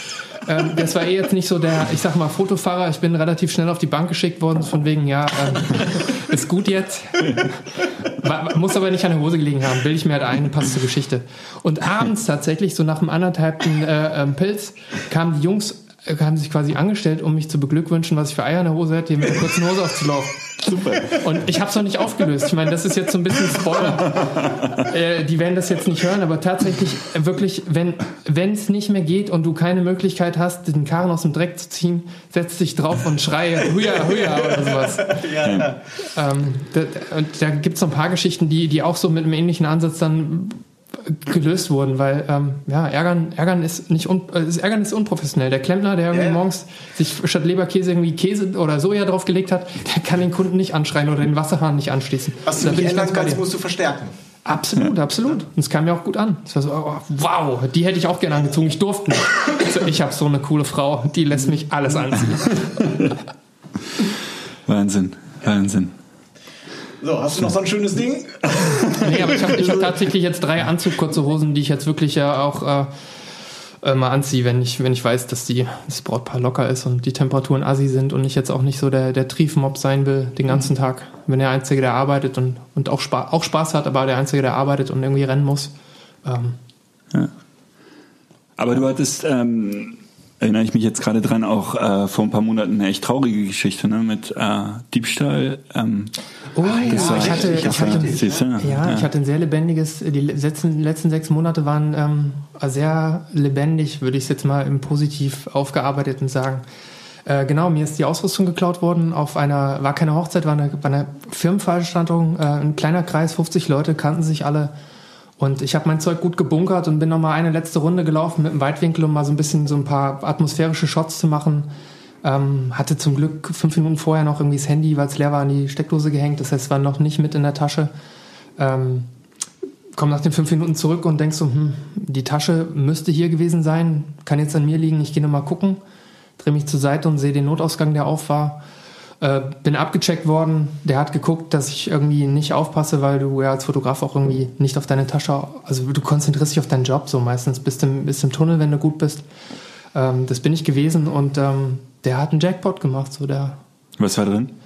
Ähm, das war eh jetzt nicht so der, ich sag mal, Fotofahrer. Ich bin relativ schnell auf die Bank geschickt worden, von wegen, ja, ähm, ist gut jetzt. War, muss aber nicht an der Hose gelegen haben. Bilde ich mir halt ein, passt zur Geschichte. Und abends tatsächlich, so nach dem anderthalbten äh, ähm, Pilz, kamen die Jungs, äh, haben sich quasi angestellt, um mich zu beglückwünschen, was ich für Eier in der Hose hätte, hier mit der kurzen Hose aufzulaufen. Super. Und ich habe es noch nicht aufgelöst. Ich meine, das ist jetzt so ein bisschen Spoiler. Äh, die werden das jetzt nicht hören, aber tatsächlich äh, wirklich, wenn wenn es nicht mehr geht und du keine Möglichkeit hast, den Karren aus dem Dreck zu ziehen, setz dich drauf und schreie Huja, Huja oder sowas. Ja. Ähm, da, und da gibt es noch ein paar Geschichten, die, die auch so mit einem ähnlichen Ansatz dann gelöst wurden, weil ähm, ja, ärgern, ärgern ist nicht un, äh, ärgern ist unprofessionell. Der Klempner, der irgendwie ja. morgens sich statt Leberkäse irgendwie Käse oder Soja draufgelegt hat, der kann den Kunden nicht anschreien oder den Wasserhahn nicht anschließen. Was du nicht ändern kannst, musst du verstärken. Absolut, absolut. Und es kam mir auch gut an. Es war so, oh, wow, die hätte ich auch gerne angezogen. Ich durfte nicht. Also, ich habe so eine coole Frau, die lässt mich alles anziehen. Wahnsinn, Wahnsinn. So, hast du noch so ein schönes Ding? Nee, aber ich habe ich hab tatsächlich jetzt drei Anzug, kurze Hosen, die ich jetzt wirklich ja auch äh, äh, mal anziehe, wenn ich, wenn ich weiß, dass die, das Brautpaar locker ist und die Temperaturen assi sind und ich jetzt auch nicht so der, der Triefmob sein will den ganzen Tag. Wenn der Einzige, der arbeitet und, und auch, Spaß, auch Spaß hat, aber der Einzige, der arbeitet und irgendwie rennen muss. Ähm. Ja. Aber du hattest... Ähm erinnere ich mich jetzt gerade dran, auch äh, vor ein paar Monaten eine echt traurige Geschichte, ne, mit äh, Diebstahl. Ähm, oh ja, war, ich hatte, ich das hatte, war, hatte ja, ja, ich hatte ein sehr lebendiges, die letzten, letzten sechs Monate waren ähm, sehr lebendig, würde ich es jetzt mal im Positiv aufgearbeiteten sagen. Äh, genau, mir ist die Ausrüstung geklaut worden auf einer, war keine Hochzeit, war eine, war eine Firmenveranstaltung, äh, ein kleiner Kreis, fünfzig Leute, kannten sich alle. Und ich habe mein Zeug gut gebunkert und bin nochmal eine letzte Runde gelaufen mit dem Weitwinkel, um mal so ein bisschen so ein paar atmosphärische Shots zu machen. Ähm, hatte zum Glück fünf Minuten vorher noch irgendwie das Handy, weil es leer war, an die Steckdose gehängt. Das heißt, es war noch nicht mit in der Tasche. Ähm, komm nach den fünf Minuten zurück und denkst so, hm, die Tasche müsste hier gewesen sein, kann jetzt an mir liegen, ich gehe nochmal gucken. Drehe mich zur Seite und sehe den Notausgang, der auf war. Äh, bin abgecheckt worden, der hat geguckt, dass ich irgendwie nicht aufpasse, weil du ja als Fotograf auch irgendwie nicht auf deine Tasche, also du konzentrierst dich auf deinen Job so meistens, bist im, bist im Tunnel, wenn du gut bist. Ähm, das bin ich gewesen und ähm, der hat einen Jackpot gemacht. So der. Was war drin?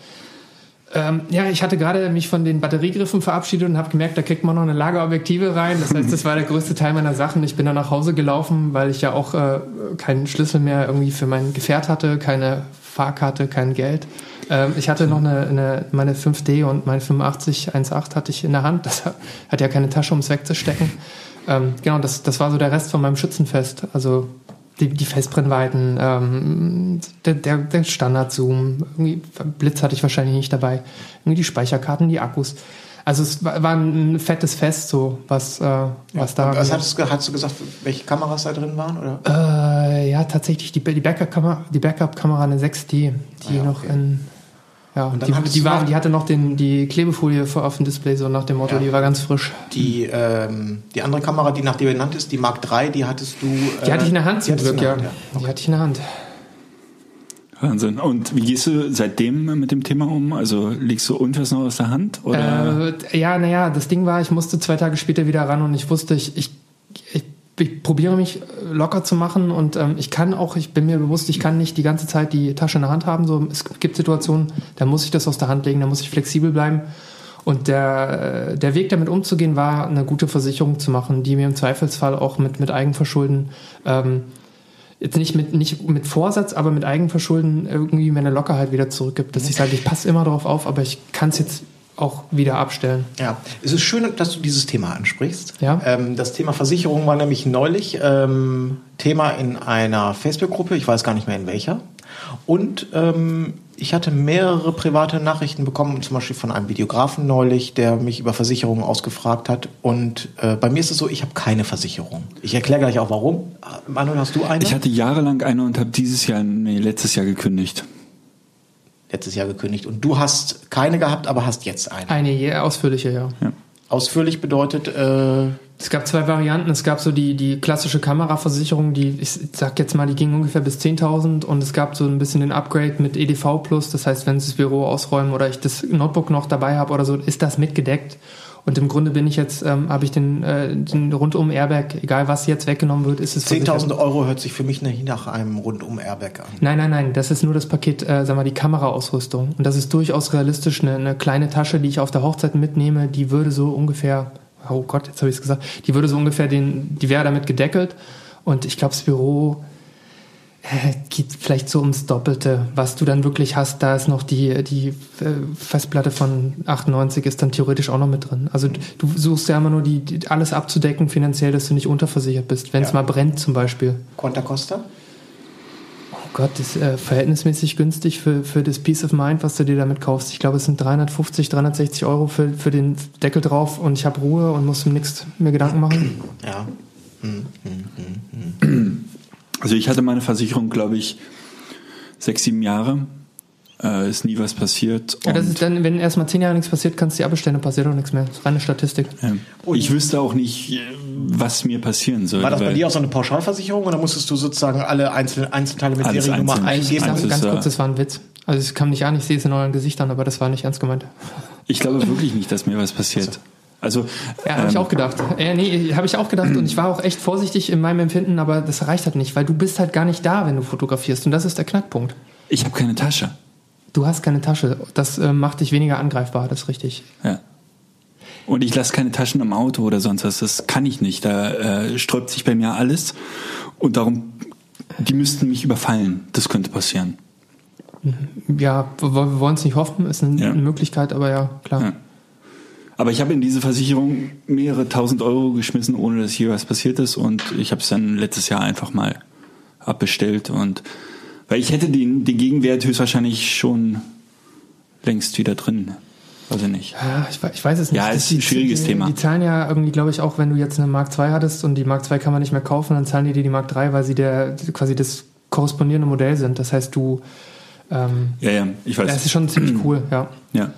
Ähm, ja, ich hatte gerade mich von den Batteriegriffen verabschiedet und habe gemerkt, da kriegt man noch eine Lagerobjektive rein. Das heißt, das war der größte Teil meiner Sachen. Ich bin dann nach Hause gelaufen, weil ich ja auch äh, keinen Schlüssel mehr irgendwie für mein Gefährt hatte, keine Fahrkarte, kein Geld. Ähm, ich hatte noch eine, eine meine fünf D und meine fünfundachtzig eins Komma acht hatte ich in der Hand. Das hat ja keine Tasche, um es wegzustecken. Ähm, genau, das, das war so der Rest von meinem Schützenfest. Also die, die Festbrennweiten, ähm, der, der, der Standardzoom, irgendwie Blitz hatte ich wahrscheinlich nicht dabei. Irgendwie die Speicherkarten, die Akkus. Also es war, war ein fettes Fest, so was, äh, was ja, da. Was hattest du, hast du gesagt, welche Kameras da drin waren? Oder? Äh, ja, tatsächlich die, die Backup-Kamera, die Backup-Kamera eine sechs D, die ja, okay. noch in. Ja, und dann die, die, war, die hatte noch den, die Klebefolie auf dem Display, so nach dem Motto, ja. Die war ganz frisch. Die, ähm, die andere Kamera, die nach dir benannt ist, die Mark drei, die hattest du... Äh, die hatte ich in der Hand zum Glück, ja. Hand, ja. Okay. Die hatte ich in der Hand. Wahnsinn. Und wie gehst du seitdem mit dem Thema um? Also legst du irgendwas noch aus der Hand? Oder? Äh, ja, naja, das Ding war, ich musste zwei Tage später wieder ran und ich wusste, ich, ich, ich, ich probiere mich locker zu machen und ähm, ich kann auch, ich bin mir bewusst, ich kann nicht die ganze Zeit die Tasche in der Hand haben. So, es gibt Situationen, da muss ich das aus der Hand legen, da muss ich flexibel bleiben. Und der, der Weg damit umzugehen war, eine gute Versicherung zu machen, die mir im Zweifelsfall auch mit, mit Eigenverschulden ähm, jetzt nicht mit, nicht mit Vorsatz, aber mit Eigenverschulden irgendwie meine Lockerheit wieder zurückgibt. Dass ich sage, ich passe immer darauf auf, aber ich kann es jetzt auch wieder abstellen. Ja, es ist schön, dass du dieses Thema ansprichst. Ja. Ähm, das Thema Versicherung war nämlich neulich ähm, Thema in einer Facebook-Gruppe, ich weiß gar nicht mehr in welcher. Und ähm, ich hatte mehrere private Nachrichten bekommen, zum Beispiel von einem Videografen neulich, der mich über Versicherungen ausgefragt hat. Und äh, bei mir ist es so, ich habe keine Versicherung. Ich erkläre gleich auch warum. Manuel, hast du eine? Ich hatte jahrelang eine und habe dieses Jahr, nee, letztes Jahr gekündigt. Letztes Jahr gekündigt. Und du hast keine gehabt, aber hast jetzt eine. Eine, ja, ausführliche, ja. ja. Ausführlich bedeutet... Äh, es gab zwei Varianten. Es gab so die, die klassische Kameraversicherung, die, ich sag jetzt mal, die ging ungefähr bis zehntausend und es gab so ein bisschen den Upgrade mit E D V plus. Das heißt, wenn sie das Büro ausräumen oder ich das Notebook noch dabei habe oder so, ist das mitgedeckt. Und im Grunde bin ich jetzt, ähm, habe ich den, äh, den Rundum-Airbag, egal was jetzt weggenommen wird, ist es zehntausend Euro hört sich für mich nicht nach einem Rundum-Airbag an. Nein, nein, nein, das ist nur das Paket, äh, sag mal, die Kameraausrüstung. Und das ist durchaus realistisch. Eine, eine kleine Tasche, die ich auf der Hochzeit mitnehme, die würde so ungefähr, oh Gott, jetzt habe ich es gesagt, die würde so ungefähr den, die wäre damit gedeckelt. Und ich glaube, das Büro äh, geht vielleicht so ums Doppelte. Was du dann wirklich hast, da ist noch die, die äh, Festplatte von achtundneunzig ist dann theoretisch auch noch mit drin. Also du suchst ja immer nur die, die alles abzudecken finanziell, dass du nicht unterversichert bist, wenn es ja. mal brennt zum Beispiel. Quanta Costa? Oh Gott, das ist äh, verhältnismäßig günstig für, für das Peace of Mind, was du dir damit kaufst. Ich glaube, es sind dreihundertfünfzig, dreihundertsechzig Euro für, für den Deckel drauf und ich habe Ruhe und muss mir nichts mehr Gedanken machen. Ja. Hm, hm, hm, hm. Also ich hatte meine Versicherung, glaube ich, sechs, sieben Jahre. Äh, ist nie was passiert. Ja, das ist dann, wenn erstmal zehn Jahre nichts passiert, kannst du die abbestellen, dann passiert auch nichts mehr. Das ist reine Statistik. Ja. Ich wüsste auch nicht, was mir passieren soll. War das bei dir auch so eine Pauschalversicherung oder musstest du sozusagen alle einzelnen Einzelteile mit Alles Seriennummer einzeln. eingeben? Ganz, ganz ist, kurz, das war ein Witz. Also es kam nicht an, ich sehe es in euren Gesichtern, aber das war nicht ernst gemeint. Ich glaube wirklich nicht, dass mir was passiert. Also, ja, habe ähm, ich auch gedacht. Ja, nee, habe ich auch gedacht und ich war auch echt vorsichtig in meinem Empfinden, aber das reicht halt nicht, weil du bist halt gar nicht da, wenn du fotografierst und das ist der Knackpunkt. Ich habe keine Tasche. Du hast keine Tasche. Das äh, macht dich weniger angreifbar, das ist richtig. Ja. Und ich lasse keine Taschen im Auto oder sonst was. Das kann ich nicht. Da äh, sträubt sich bei mir alles und darum, die müssten mich überfallen. Das könnte passieren. Ja, wir, wir wollen es nicht hoffen, ist eine, ja. eine Möglichkeit, aber ja, klar. Ja. Aber ich habe in diese Versicherung mehrere tausend Euro geschmissen, ohne dass hier was passiert ist. Und ich habe es dann letztes Jahr einfach mal abbestellt. Und weil ich hätte den, den Gegenwert höchstwahrscheinlich schon längst wieder drin. Weiß ich nicht. Ja, ich, ich weiß es nicht. Ja, ist ein schwieriges die, Thema. Die zahlen ja irgendwie, glaube ich, auch, wenn du jetzt eine Mark zwei hattest und die Mark zwei kann man nicht mehr kaufen, dann zahlen die dir die Mark drei, weil sie der quasi das korrespondierende Modell sind. Das heißt, du... Ähm, ja, ja, ich weiß. Das ist schon ziemlich cool, ja. Ja.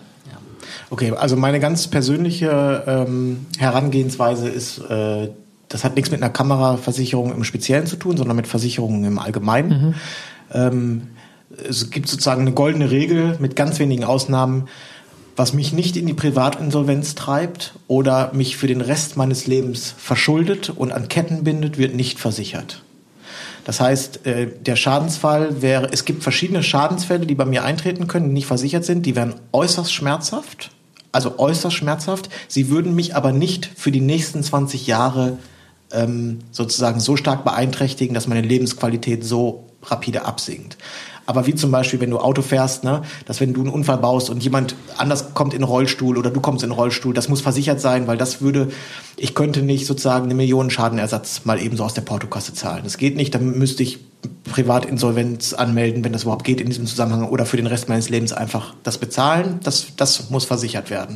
Okay, also meine ganz persönliche ähm, Herangehensweise ist, äh, das hat nichts mit einer Kameraversicherung im Speziellen zu tun, sondern mit Versicherungen im Allgemeinen. Mhm. Ähm, es gibt sozusagen eine goldene Regel mit ganz wenigen Ausnahmen, was mich nicht in die Privatinsolvenz treibt oder mich für den Rest meines Lebens verschuldet und an Ketten bindet, wird nicht versichert. Das heißt, äh, der Schadensfall wäre, es gibt verschiedene Schadensfälle, die bei mir eintreten können, die nicht versichert sind, die wären äußerst schmerzhaft. Also äußerst schmerzhaft. Sie würden mich aber nicht für die nächsten zwanzig Jahre ähm, sozusagen so stark beeinträchtigen, dass meine Lebensqualität so rapide absinkt. Aber wie zum Beispiel, wenn du Auto fährst, ne, dass wenn du einen Unfall baust und jemand anders kommt in den Rollstuhl oder du kommst in den Rollstuhl, das muss versichert sein, weil das würde, ich könnte nicht sozusagen eine Million Schadenersatz mal eben so aus der Portokasse zahlen. Das geht nicht, dann müsste ich Privatinsolvenz anmelden, wenn das überhaupt geht in diesem Zusammenhang, oder für den Rest meines Lebens einfach das bezahlen. Das, das muss versichert werden.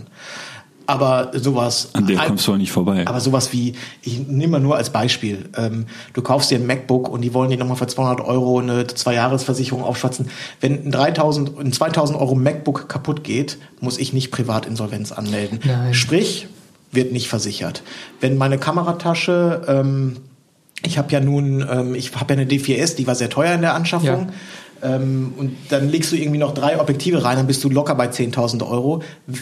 Aber sowas... An der kommst du auch nicht vorbei. Aber sowas wie, ich nehme mal nur als Beispiel, ähm, du kaufst dir ein MacBook und die wollen dir nochmal für zweihundert Euro eine Zwei-Jahres-Versicherung aufschwatzen. Wenn ein dreitausend, ein zweitausend Euro MacBook kaputt geht, muss ich nicht Privatinsolvenz anmelden. Nein. Sprich, wird nicht versichert. Wenn meine Kameratasche... Ähm, ich habe ja nun, ähm, ich habe ja eine D vier S, die war sehr teuer in der Anschaffung. Ja. Ähm, und dann legst du irgendwie noch drei Objektive rein, dann bist du locker bei zehntausend Euro.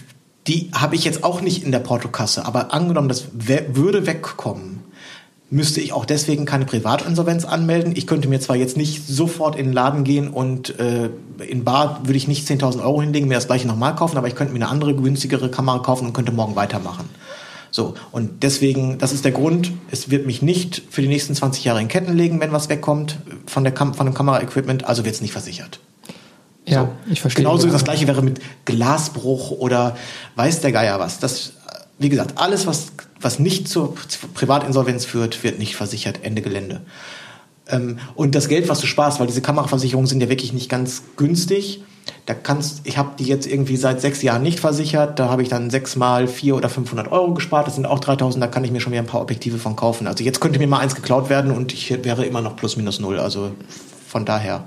Die habe ich jetzt auch nicht in der Portokasse, aber angenommen, das we- würde wegkommen, müsste ich auch deswegen keine Privatinsolvenz anmelden. Ich könnte mir zwar jetzt nicht sofort in den Laden gehen und äh, in bar würde ich nicht zehntausend Euro hinlegen, mir das gleiche nochmal kaufen, aber ich könnte mir eine andere, günstigere Kamera kaufen und könnte morgen weitermachen. So, und deswegen, das ist der Grund, es wird mich nicht für die nächsten zwanzig Jahre in Ketten legen, wenn was wegkommt von, der Kam- von dem Kameraequipment, also wird es nicht versichert. Ja, so. Ich verstehe. Genauso das Gleiche wäre mit Glasbruch oder weiß der Geier was. Das, wie gesagt, alles, was, was nicht zur Privatinsolvenz führt, wird nicht versichert. Ende Gelände. Ähm, und das Geld, was du sparst, weil diese Kameraversicherungen sind ja wirklich nicht ganz günstig. Da kannst, ich habe die jetzt irgendwie seit sechs Jahren nicht versichert. Da habe ich dann sechsmal vier oder fünfhundert Euro gespart. Das sind auch dreitausend. Da kann ich mir schon wieder ein paar Objektive von kaufen. Also jetzt könnte mir mal eins geklaut werden und ich wäre immer noch plus minus null. Also von daher.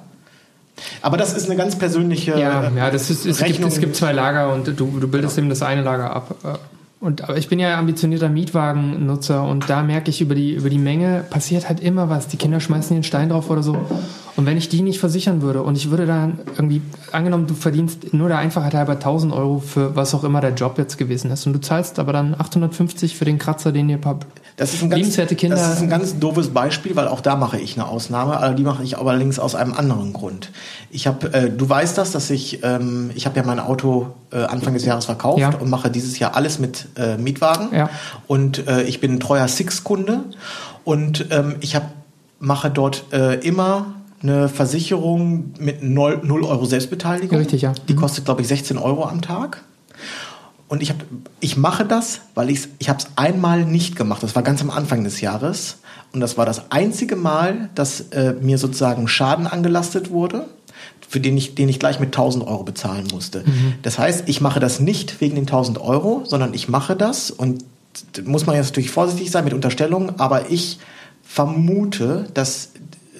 Aber das ist eine ganz persönliche ja, ja, das ist, es, gibt, es gibt zwei Lager und du, du bildest genau. eben das eine Lager ab. Und aber ich bin ja ambitionierter Mietwagennutzer und da merke ich über die, über die Menge passiert halt immer was. Die Kinder schmeißen den Stein drauf oder so. Und wenn ich die nicht versichern würde und ich würde dann irgendwie, angenommen, du verdienst nur der Einfachheit halber tausend Euro für was auch immer der Job jetzt gewesen ist und du zahlst aber dann achthundertfünfzig für den Kratzer, den dir ein paar das ist ein ganz, liebenswerte Kinder... Das ist ein ganz doofes Beispiel, weil auch da mache ich eine Ausnahme, aber die mache ich allerdings aus einem anderen Grund. Ich habe, äh, du weißt das, dass ich, ähm, ich habe ja mein Auto äh, Anfang des Jahres verkauft ja. und mache dieses Jahr alles mit äh, Mietwagen. Ja. Und äh, ich bin ein treuer Six-Kunde und ähm, ich hab, mache dort äh, immer eine Versicherung mit null Euro Selbstbeteiligung. Richtig, ja. Die kostet, glaube ich, sechzehn Euro am Tag. Und ich, hab, ich mache das, weil ich's, ich habe es einmal nicht gemacht. Das war ganz am Anfang des Jahres. Und das war das einzige Mal, dass äh, mir sozusagen Schaden angelastet wurde, für den ich, den ich gleich mit tausend Euro bezahlen musste. Mhm. Das heißt, ich mache das nicht wegen den tausend Euro, sondern ich mache das, und muss man jetzt natürlich vorsichtig sein mit Unterstellungen, aber ich vermute, dass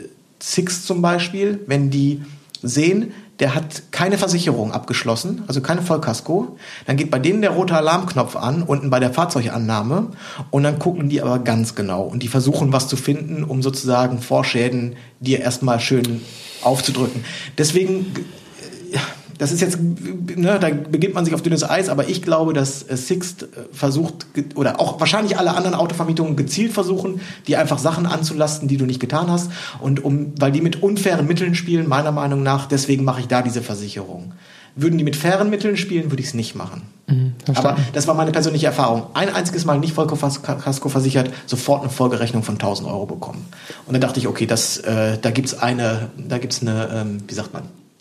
Six zum Beispiel, wenn die sehen, der hat keine Versicherung abgeschlossen, also keine Vollkasko, dann geht bei denen der rote Alarmknopf an, unten bei der Fahrzeugannahme, und dann gucken die aber ganz genau und die versuchen was zu finden, um sozusagen Vorschäden dir erstmal schön aufzudrücken. Deswegen, das ist jetzt, ne, da beginnt man sich auf dünnes Eis, aber ich glaube, dass Sixt versucht, oder auch wahrscheinlich alle anderen Autovermietungen gezielt versuchen, dir einfach Sachen anzulasten, die du nicht getan hast, und um, weil die mit unfairen Mitteln spielen, meiner Meinung nach, deswegen mache ich da diese Versicherung. Würden die mit fairen Mitteln spielen, würde ich es nicht machen. Mhm, aber das war meine persönliche Erfahrung. Ein einziges Mal nicht Vollkasko versichert, sofort eine Folgerechnung von tausend Euro bekommen. Und dann dachte ich, okay, das, äh, da gibt's eine, da gibt's eine, ähm, wie sagt man?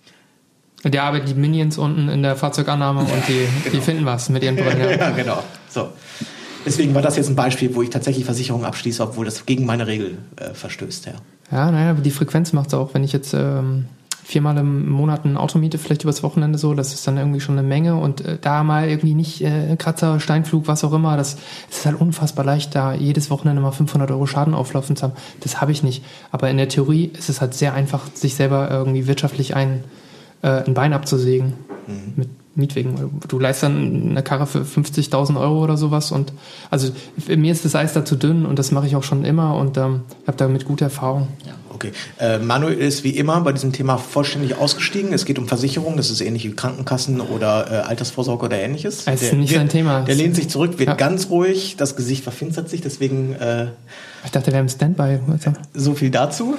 Der arbeitet die Minions unten in der Fahrzeugannahme und die, genau. die finden was mit ihren Brillen. Ja. Ja, genau. So. Deswegen war das jetzt ein Beispiel, wo ich tatsächlich Versicherungen abschließe, obwohl das gegen meine Regel äh, verstößt. Ja, ja, naja, aber die Frequenz macht es auch. Wenn ich jetzt ähm, viermal im Monat ein Auto miete, vielleicht übers Wochenende so, das ist dann irgendwie schon eine Menge, und äh, da mal irgendwie nicht äh, Kratzer, Steinflug, was auch immer, das ist halt unfassbar leicht, da jedes Wochenende mal fünfhundert Euro Schaden auflaufen zu haben. Das habe ich nicht. Aber in der Theorie ist es halt sehr einfach, sich selber irgendwie wirtschaftlich ein ein Bein abzusägen mhm. mit Mietwegen. Du leistest dann eine Karre für fünfzigtausend Euro oder sowas, und also mir ist das Eis da zu dünn, und das mache ich auch schon immer, und ähm, habe damit gute Erfahrung. Ja, okay. Äh, Manuel ist wie immer bei diesem Thema vollständig ausgestiegen. Es geht um Versicherungen, das ist ähnlich wie Krankenkassen oder äh, Altersvorsorge oder ähnliches. Das ist der, nicht wird, sein Thema. Der lehnt sich zurück, wird ja. ganz ruhig, das Gesicht verfinstert sich, deswegen äh, ich dachte, wir haben Standby. Also. So viel dazu.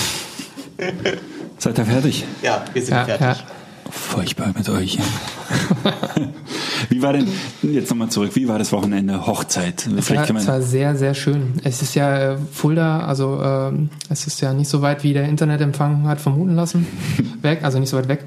Seid ihr fertig? Ja, wir sind ja, fertig. Ja. Furchtbar mit euch. Wie war denn, jetzt nochmal zurück, wie war das Wochenende Hochzeit? Es war, es war sehr, sehr schön. Es ist ja äh, Fulda, also ähm, es ist ja nicht so weit, wie der Internetempfang hat vermuten lassen. Weg, also nicht so weit weg.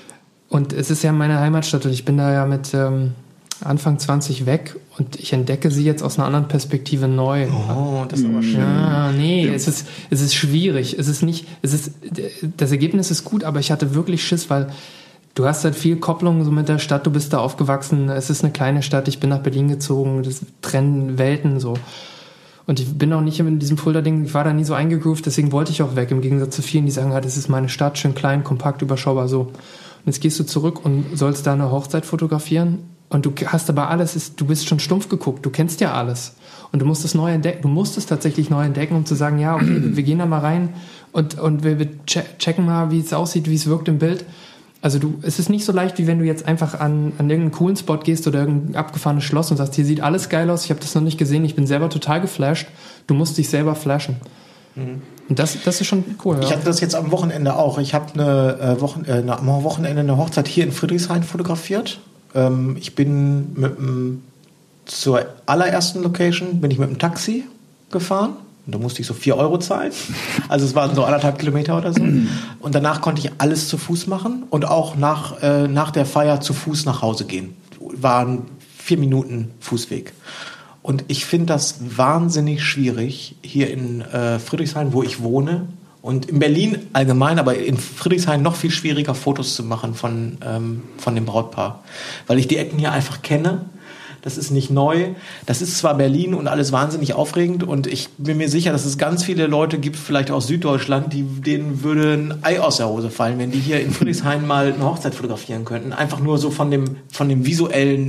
Und es ist ja meine Heimatstadt, und ich bin da ja mit ähm, Anfang zwanzig weg, und ich entdecke sie jetzt aus einer anderen Perspektive neu. Oh, das ist aber schön. Ja, nee, ja. es ist, es ist schwierig. Es ist nicht, es ist, das Ergebnis ist gut, aber ich hatte wirklich Schiss, weil du hast halt viel Kopplung so mit der Stadt, du bist da aufgewachsen, es ist eine kleine Stadt, ich bin nach Berlin gezogen, das trennen Welten so. Und ich bin auch nicht in diesem Fulda-Ding, ich war da nie so eingegroovt, deswegen wollte ich auch weg, im Gegensatz zu vielen, die sagen, ah, das ist meine Stadt, schön klein, kompakt, überschaubar, so. Und jetzt gehst du zurück und sollst da eine Hochzeit fotografieren, und du hast aber alles, ist, du bist schon stumpf geguckt, du kennst ja alles. Und du musst es neu entdecken, du musst es tatsächlich neu entdecken, um zu sagen, ja, okay, wir gehen da mal rein und, und wir, wir checken mal, wie es aussieht, wie es wirkt im Bild. Also du, es ist nicht so leicht, wie wenn du jetzt einfach an, an irgendeinen coolen Spot gehst oder irgendein abgefahrenes Schloss und sagst, hier sieht alles geil aus, ich habe das noch nicht gesehen, ich bin selber total geflasht. Du musst dich selber flashen. Mhm. Und das, das ist schon cool. Ich ja. hatte das jetzt am Wochenende auch. Ich habe eine, äh, Wochen, äh, am Wochenende eine Hochzeit hier in Friedrichshain fotografiert. Ähm, ich bin mit dem, zur allerersten Location bin ich mit dem Taxi gefahren. Und da musste ich so vier Euro zahlen. Also es waren so anderthalb Kilometer oder so. Und danach konnte ich alles zu Fuß machen und auch nach, äh, nach der Feier zu Fuß nach Hause gehen. Waren vier Minuten Fußweg. Und ich finde das wahnsinnig schwierig, hier in äh, Friedrichshain, wo ich wohne, und in Berlin allgemein, aber in Friedrichshain noch viel schwieriger, Fotos zu machen von, ähm, von dem Brautpaar. Weil ich die Ecken hier einfach kenne. Das ist nicht neu. Das ist zwar Berlin und alles wahnsinnig aufregend, und ich bin mir sicher, dass es ganz viele Leute gibt, vielleicht aus Süddeutschland, die, denen würde ein Ei aus der Hose fallen, wenn die hier in Friedrichshain mal eine Hochzeit fotografieren könnten. Einfach nur so von dem, von dem visuellen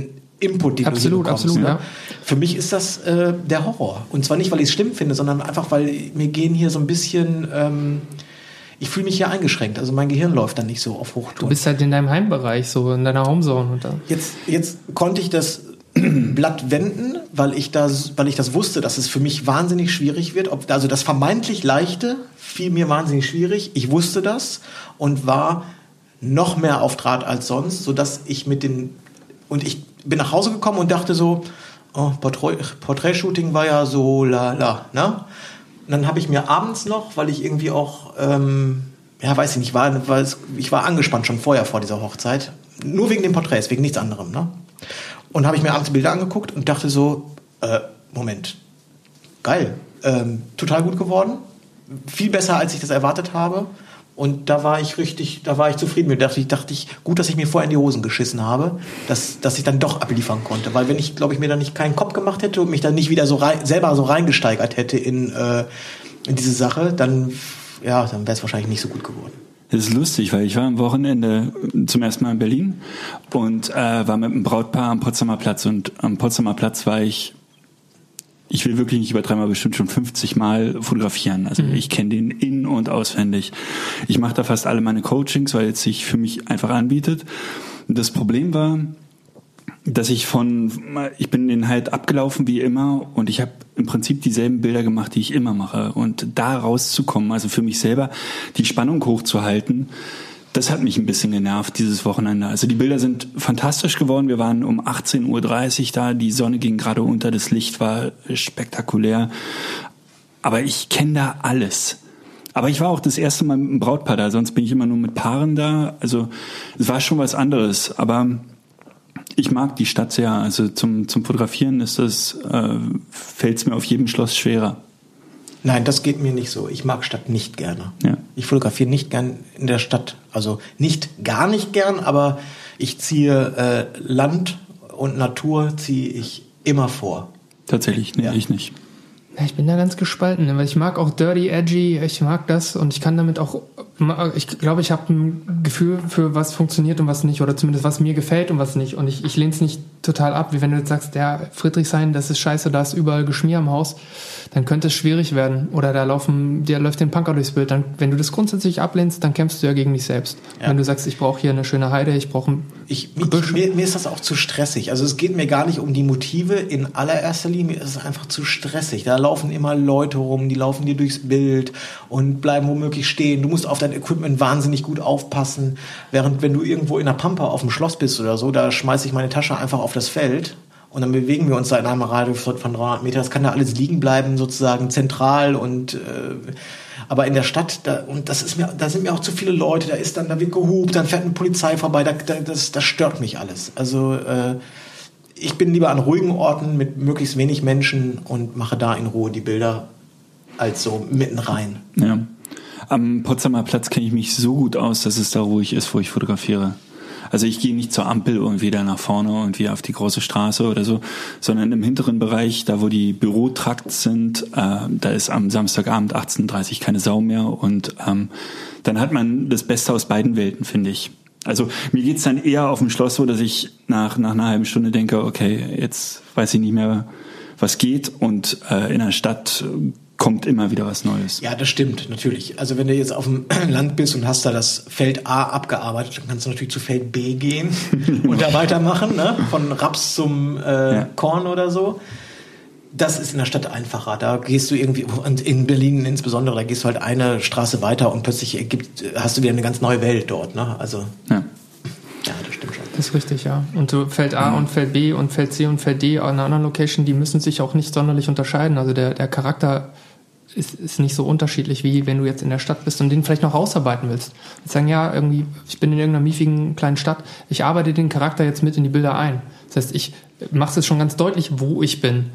Input, den absolut, du hier bekommst. Absolut, ne? ja. Für mich ist das äh, der Horror. Und zwar nicht, weil ich es schlimm finde, sondern einfach, weil mir gehen hier so ein bisschen... Ähm, ich fühle mich hier eingeschränkt. Also mein Gehirn läuft dann nicht so auf Hochtouren. Du bist halt in deinem Heimbereich, so in deiner Homezone. Und da. Jetzt, jetzt konnte ich das Blatt wenden, weil ich, das, weil ich das wusste, dass es für mich wahnsinnig schwierig wird. Ob, also das vermeintlich Leichte fiel mir wahnsinnig schwierig. Ich wusste das und war noch mehr auf Draht als sonst, sodass ich mit den... Und ich bin nach Hause gekommen und dachte so, oh, Porträt- Porträtshooting war ja so la la, ne? Und dann habe ich mir abends noch, weil ich irgendwie auch, ähm, ja, weiß ich nicht, war, war, ich war angespannt schon vorher vor dieser Hochzeit. Nur wegen den Porträts, wegen nichts anderem, ne? Und habe ich mir abends Bilder angeguckt und dachte so, äh, Moment, geil, ähm, total gut geworden. Viel besser, als ich das erwartet habe. Und da war ich richtig, da war ich zufrieden mit. Da dachte ich, dachte ich, gut, dass ich mir vorher in die Hosen geschissen habe, dass, dass ich dann doch abliefern konnte. Weil wenn ich, glaube ich, mir da nicht keinen Kopf gemacht hätte und mich dann nicht wieder so rein, selber so reingesteigert hätte in, äh, in diese Sache, dann, ja, dann wäre es wahrscheinlich nicht so gut geworden. Das ist lustig, weil ich war am Wochenende zum ersten Mal in Berlin und äh, war mit einem Brautpaar am Potsdamer Platz. Und am Potsdamer Platz war ich, ich will wirklich nicht übertreiben, aber bestimmt schon fünfzig Mal fotografieren. Also mhm. ich kenne den in- und auswendig. Ich mache da fast alle meine Coachings, weil es sich für mich einfach anbietet. Und das Problem war, dass ich von, ich bin den halt abgelaufen wie immer und ich habe im Prinzip dieselben Bilder gemacht, die ich immer mache. Und da rauszukommen, also für mich selber die Spannung hochzuhalten, das hat mich ein bisschen genervt dieses Wochenende. Also die Bilder sind fantastisch geworden. Wir waren um achtzehn Uhr dreißig da, die Sonne ging gerade unter, das Licht war spektakulär. Aber ich kenne da alles. Aber ich war auch das erste Mal mit einem Brautpaar da, sonst bin ich immer nur mit Paaren da. Also es war schon was anderes. Aber ich mag die Stadt sehr. Also zum, zum Fotografieren ist das, äh, fällt es mir auf jedem Schloss schwerer. Nein, das geht mir nicht so. Ich mag Stadt nicht gerne. Ja. Ich fotografiere nicht gern in der Stadt. Also nicht gar nicht gern, aber ich ziehe äh, Land und Natur ziehe ich immer vor. Tatsächlich, nee, Ja. ich nicht. Ja, ich bin da ganz gespalten, weil ich mag auch Dirty, Edgy, ich mag das und ich kann damit auch, ich glaube, ich habe ein Gefühl für was funktioniert und was nicht oder zumindest was mir gefällt und was nicht und ich, ich lehne es nicht total ab, wie wenn du jetzt sagst, ja, Friedrichshain, das ist scheiße, da ist überall Geschmier am Haus, dann könnte es schwierig werden oder da laufen, der läuft den Punker durchs Bild, dann, wenn du das grundsätzlich ablehnst, dann kämpfst du ja gegen dich selbst. Ja. Wenn du sagst, ich brauche hier eine schöne Heide, ich brauche ein Ich, ich, mir, mir ist das auch zu stressig. Also es geht mir gar nicht um die Motive in allererster Linie, es ist einfach zu stressig. Da laufen immer Leute rum, die laufen dir durchs Bild und bleiben womöglich stehen. Du musst auf dein Equipment wahnsinnig gut aufpassen. Während wenn du irgendwo in der Pampa auf dem Schloss bist oder so, da schmeiße ich meine Tasche einfach auf das Feld und dann bewegen wir uns da in einem Radius von dreihundert Meter. Das kann da alles liegen bleiben, sozusagen zentral und äh, aber in der Stadt, da, und das ist mir, da sind mir auch zu viele Leute, da ist dann, da wird gehupt, dann fährt eine Polizei vorbei, da, da, das, das stört mich alles. Also äh, ich bin lieber an ruhigen Orten mit möglichst wenig Menschen und mache da in Ruhe die Bilder als so mitten rein. Ja. Am Potsdamer Platz kenne ich mich so gut aus, dass es da ruhig ist, wo ich fotografiere. Also ich gehe nicht zur Ampel und wieder nach vorne und wieder auf die große Straße oder so, sondern im hinteren Bereich, da wo die Bürotrakts sind, äh, da ist am Samstagabend achtzehn Uhr dreißig keine Sau mehr und ähm, dann hat man das Beste aus beiden Welten, finde ich. Also mir geht's dann eher auf dem Schloss so, dass ich nach nach einer halben Stunde denke, okay, jetzt weiß ich nicht mehr, was geht und äh, in der Stadt kommt immer wieder was Neues. Ja, das stimmt, natürlich. Also wenn du jetzt auf dem Land bist und hast da das Feld A abgearbeitet, dann kannst du natürlich zu Feld B gehen und da weitermachen, ne? Von Raps zum äh, ja. Korn oder so. Das ist in der Stadt einfacher. Da gehst du irgendwie, und in Berlin insbesondere, da gehst du halt eine Straße weiter und plötzlich ergibt, hast du wieder eine ganz neue Welt dort, ne? Also, ja. Ja, das stimmt schon. Das ist richtig, ja. Und so Feld A mhm. und Feld B und Feld C und Feld D an einer anderen Location, die müssen sich auch nicht sonderlich unterscheiden. Also der, der Charakter ist, ist nicht so unterschiedlich, wie wenn du jetzt in der Stadt bist und den vielleicht noch ausarbeiten willst. Und sagen, ja, irgendwie, ich bin in irgendeiner miefigen kleinen Stadt, ich arbeite den Charakter jetzt mit in die Bilder ein. Das heißt, ich mache es schon ganz deutlich, wo ich bin.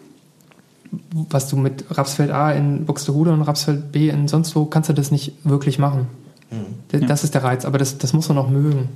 Was du mit Rapsfeld A in Buxtehude und Rapsfeld B in sonst wo, kannst du das nicht wirklich machen. Mhm. Das ja. ist der Reiz, aber das, das muss man auch mögen.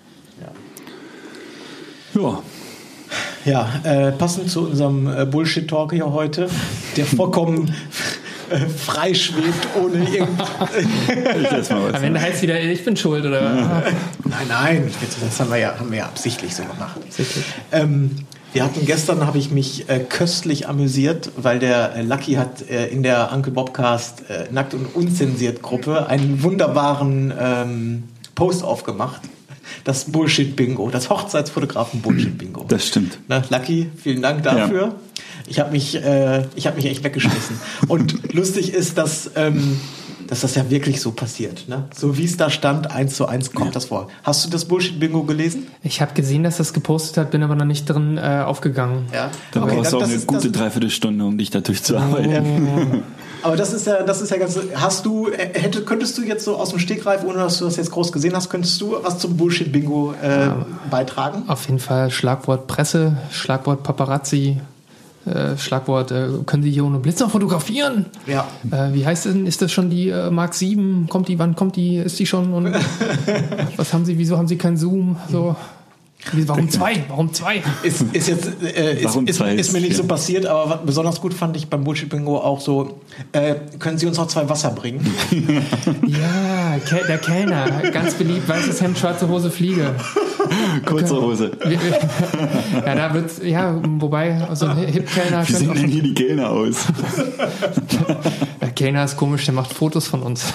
Ja. Ja, äh, passend zu unserem äh, Bullshit-Talk hier heute, der vollkommen äh, frei schwebt, ohne irgend... Am Ende heißt wieder, ich bin schuld, oder? Ja. Nein, nein, das haben wir ja, haben wir ja absichtlich so gemacht. Absichtlich. Ähm, wir hatten gestern, habe ich mich äh, köstlich amüsiert, weil der äh, Lucky hat äh, in der Uncle Bobcast äh, Nackt und Unzensiert Gruppe einen wunderbaren ähm, Post aufgemacht. Das Bullshit-Bingo, das Hochzeitsfotografen-Bullshit-Bingo. Das stimmt. Na, Lucky, vielen Dank dafür. Ja. Ich habe mich, äh, ich habe mich echt weggeschmissen. Und lustig ist, dass, ähm, dass das ja wirklich so passiert. Ne? So wie es da stand, eins zu eins kommt ja. das vor. Hast du das Bullshit-Bingo gelesen? Ich habe gesehen, dass das gepostet hat, bin aber noch nicht drin äh, aufgegangen. Ja. Da okay, brauchst du auch eine ist, gute Dreiviertelstunde, um dich da durchzuarbeiten. Oh. Aber das ist ja, das ist ja ganz. Hast du, hätte, könntest du jetzt so aus dem Stegreif, ohne dass du das jetzt groß gesehen hast, könntest du was zum Bullshit-Bingo äh, ja, beitragen? Auf jeden Fall Schlagwort Presse, Schlagwort Paparazzi. Äh, Schlagwort, äh, können Sie hier ohne Blitzer fotografieren? Ja. Äh, wie heißt denn, ist das schon die äh, Mark sieben? Kommt die, wann kommt die, ist die schon? Und was haben Sie, wieso haben Sie keinen Zoom? So. Warum zwei? Warum zwei? Ist, ist jetzt äh, ist, ist, ist mir nicht so passiert, aber was besonders gut fand ich beim Bullshit-Bingo auch so, äh, können Sie uns noch zwei Wasser bringen? Ja, Ke- der Kellner, ganz beliebt, weißes Hemd, schwarze Hose, Fliege. Kurze Hose. Ja, da wird's, ja, wobei, so ein Hip-Kellner... Wie sehen denn hier die Kellner aus? Der Kellner ist komisch, der macht Fotos von uns.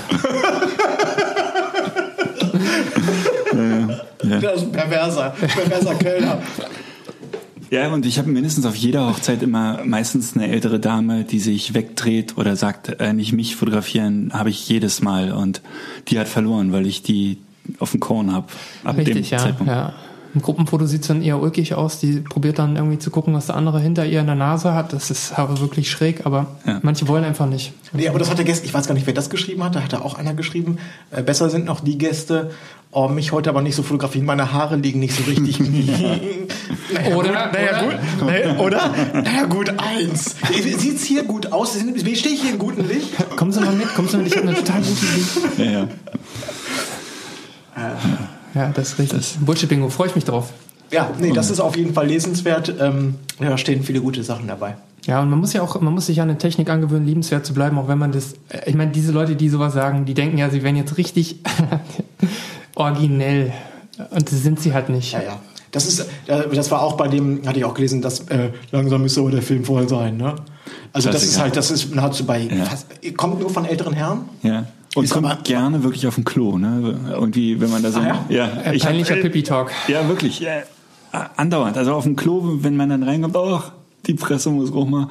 Ja. Das ist ein perverser, perverser Kellner. Ja, und ich habe mindestens auf jeder Hochzeit immer meistens eine ältere Dame, die sich wegdreht oder sagt, äh, nicht mich fotografieren, habe ich jedes Mal. Und die hat verloren, weil ich die auf dem Korn habe. Ab Richtig, dem ja, Zeitpunkt. Ja. Im Gruppenfoto sieht es dann eher ulkig aus. Die probiert dann irgendwie zu gucken, was der andere hinter ihr in der Nase hat. Das ist aber wirklich schräg, aber ja. manche wollen einfach nicht. Nee, aber das hat der Gäste, ich weiß gar nicht, wer das geschrieben hat, da hat auch einer geschrieben, äh, besser sind noch die Gäste, oh, mich heute aber nicht so fotografieren, meine Haare liegen nicht so richtig. naja, oder? Gut, naja, oder? Gut, naja, oder? Naja, gut, eins. Sieht's hier gut aus? Wie stehe ich hier im guten Licht? Kommen Sie mal mit, kommen Sie mal mit, ich habe eine total gute Licht. Ja, ja. Ja, das ist richtig. Bullshit-Bingo, freue ich mich drauf. Ja, nee, das ist auf jeden Fall lesenswert. Ähm, da stehen viele gute Sachen dabei. Ja, und man muss ja auch, man muss sich an eine Technik angewöhnen, liebenswert zu bleiben, auch wenn man das, ich meine, diese Leute, die sowas sagen, die denken ja, sie wären jetzt richtig originell. Und das sind sie halt nicht. Ja, ja. Das ist, das war auch bei dem, hatte ich auch gelesen, dass äh, langsam müsste aber der Film voll sein, ne? Also das ist halt, das ist nahezu bei, ja. fast, kommt nur von älteren Herren. Ja. Und ist kommt aber, gerne wirklich auf dem Klo, ne? Irgendwie, wenn man da so, ah, ja, ja ich peinlicher Pipi-Talk. Ja, wirklich, ja, andauernd. Also auf dem Klo, wenn man dann reinkommt, oh, die Presse muss auch mal.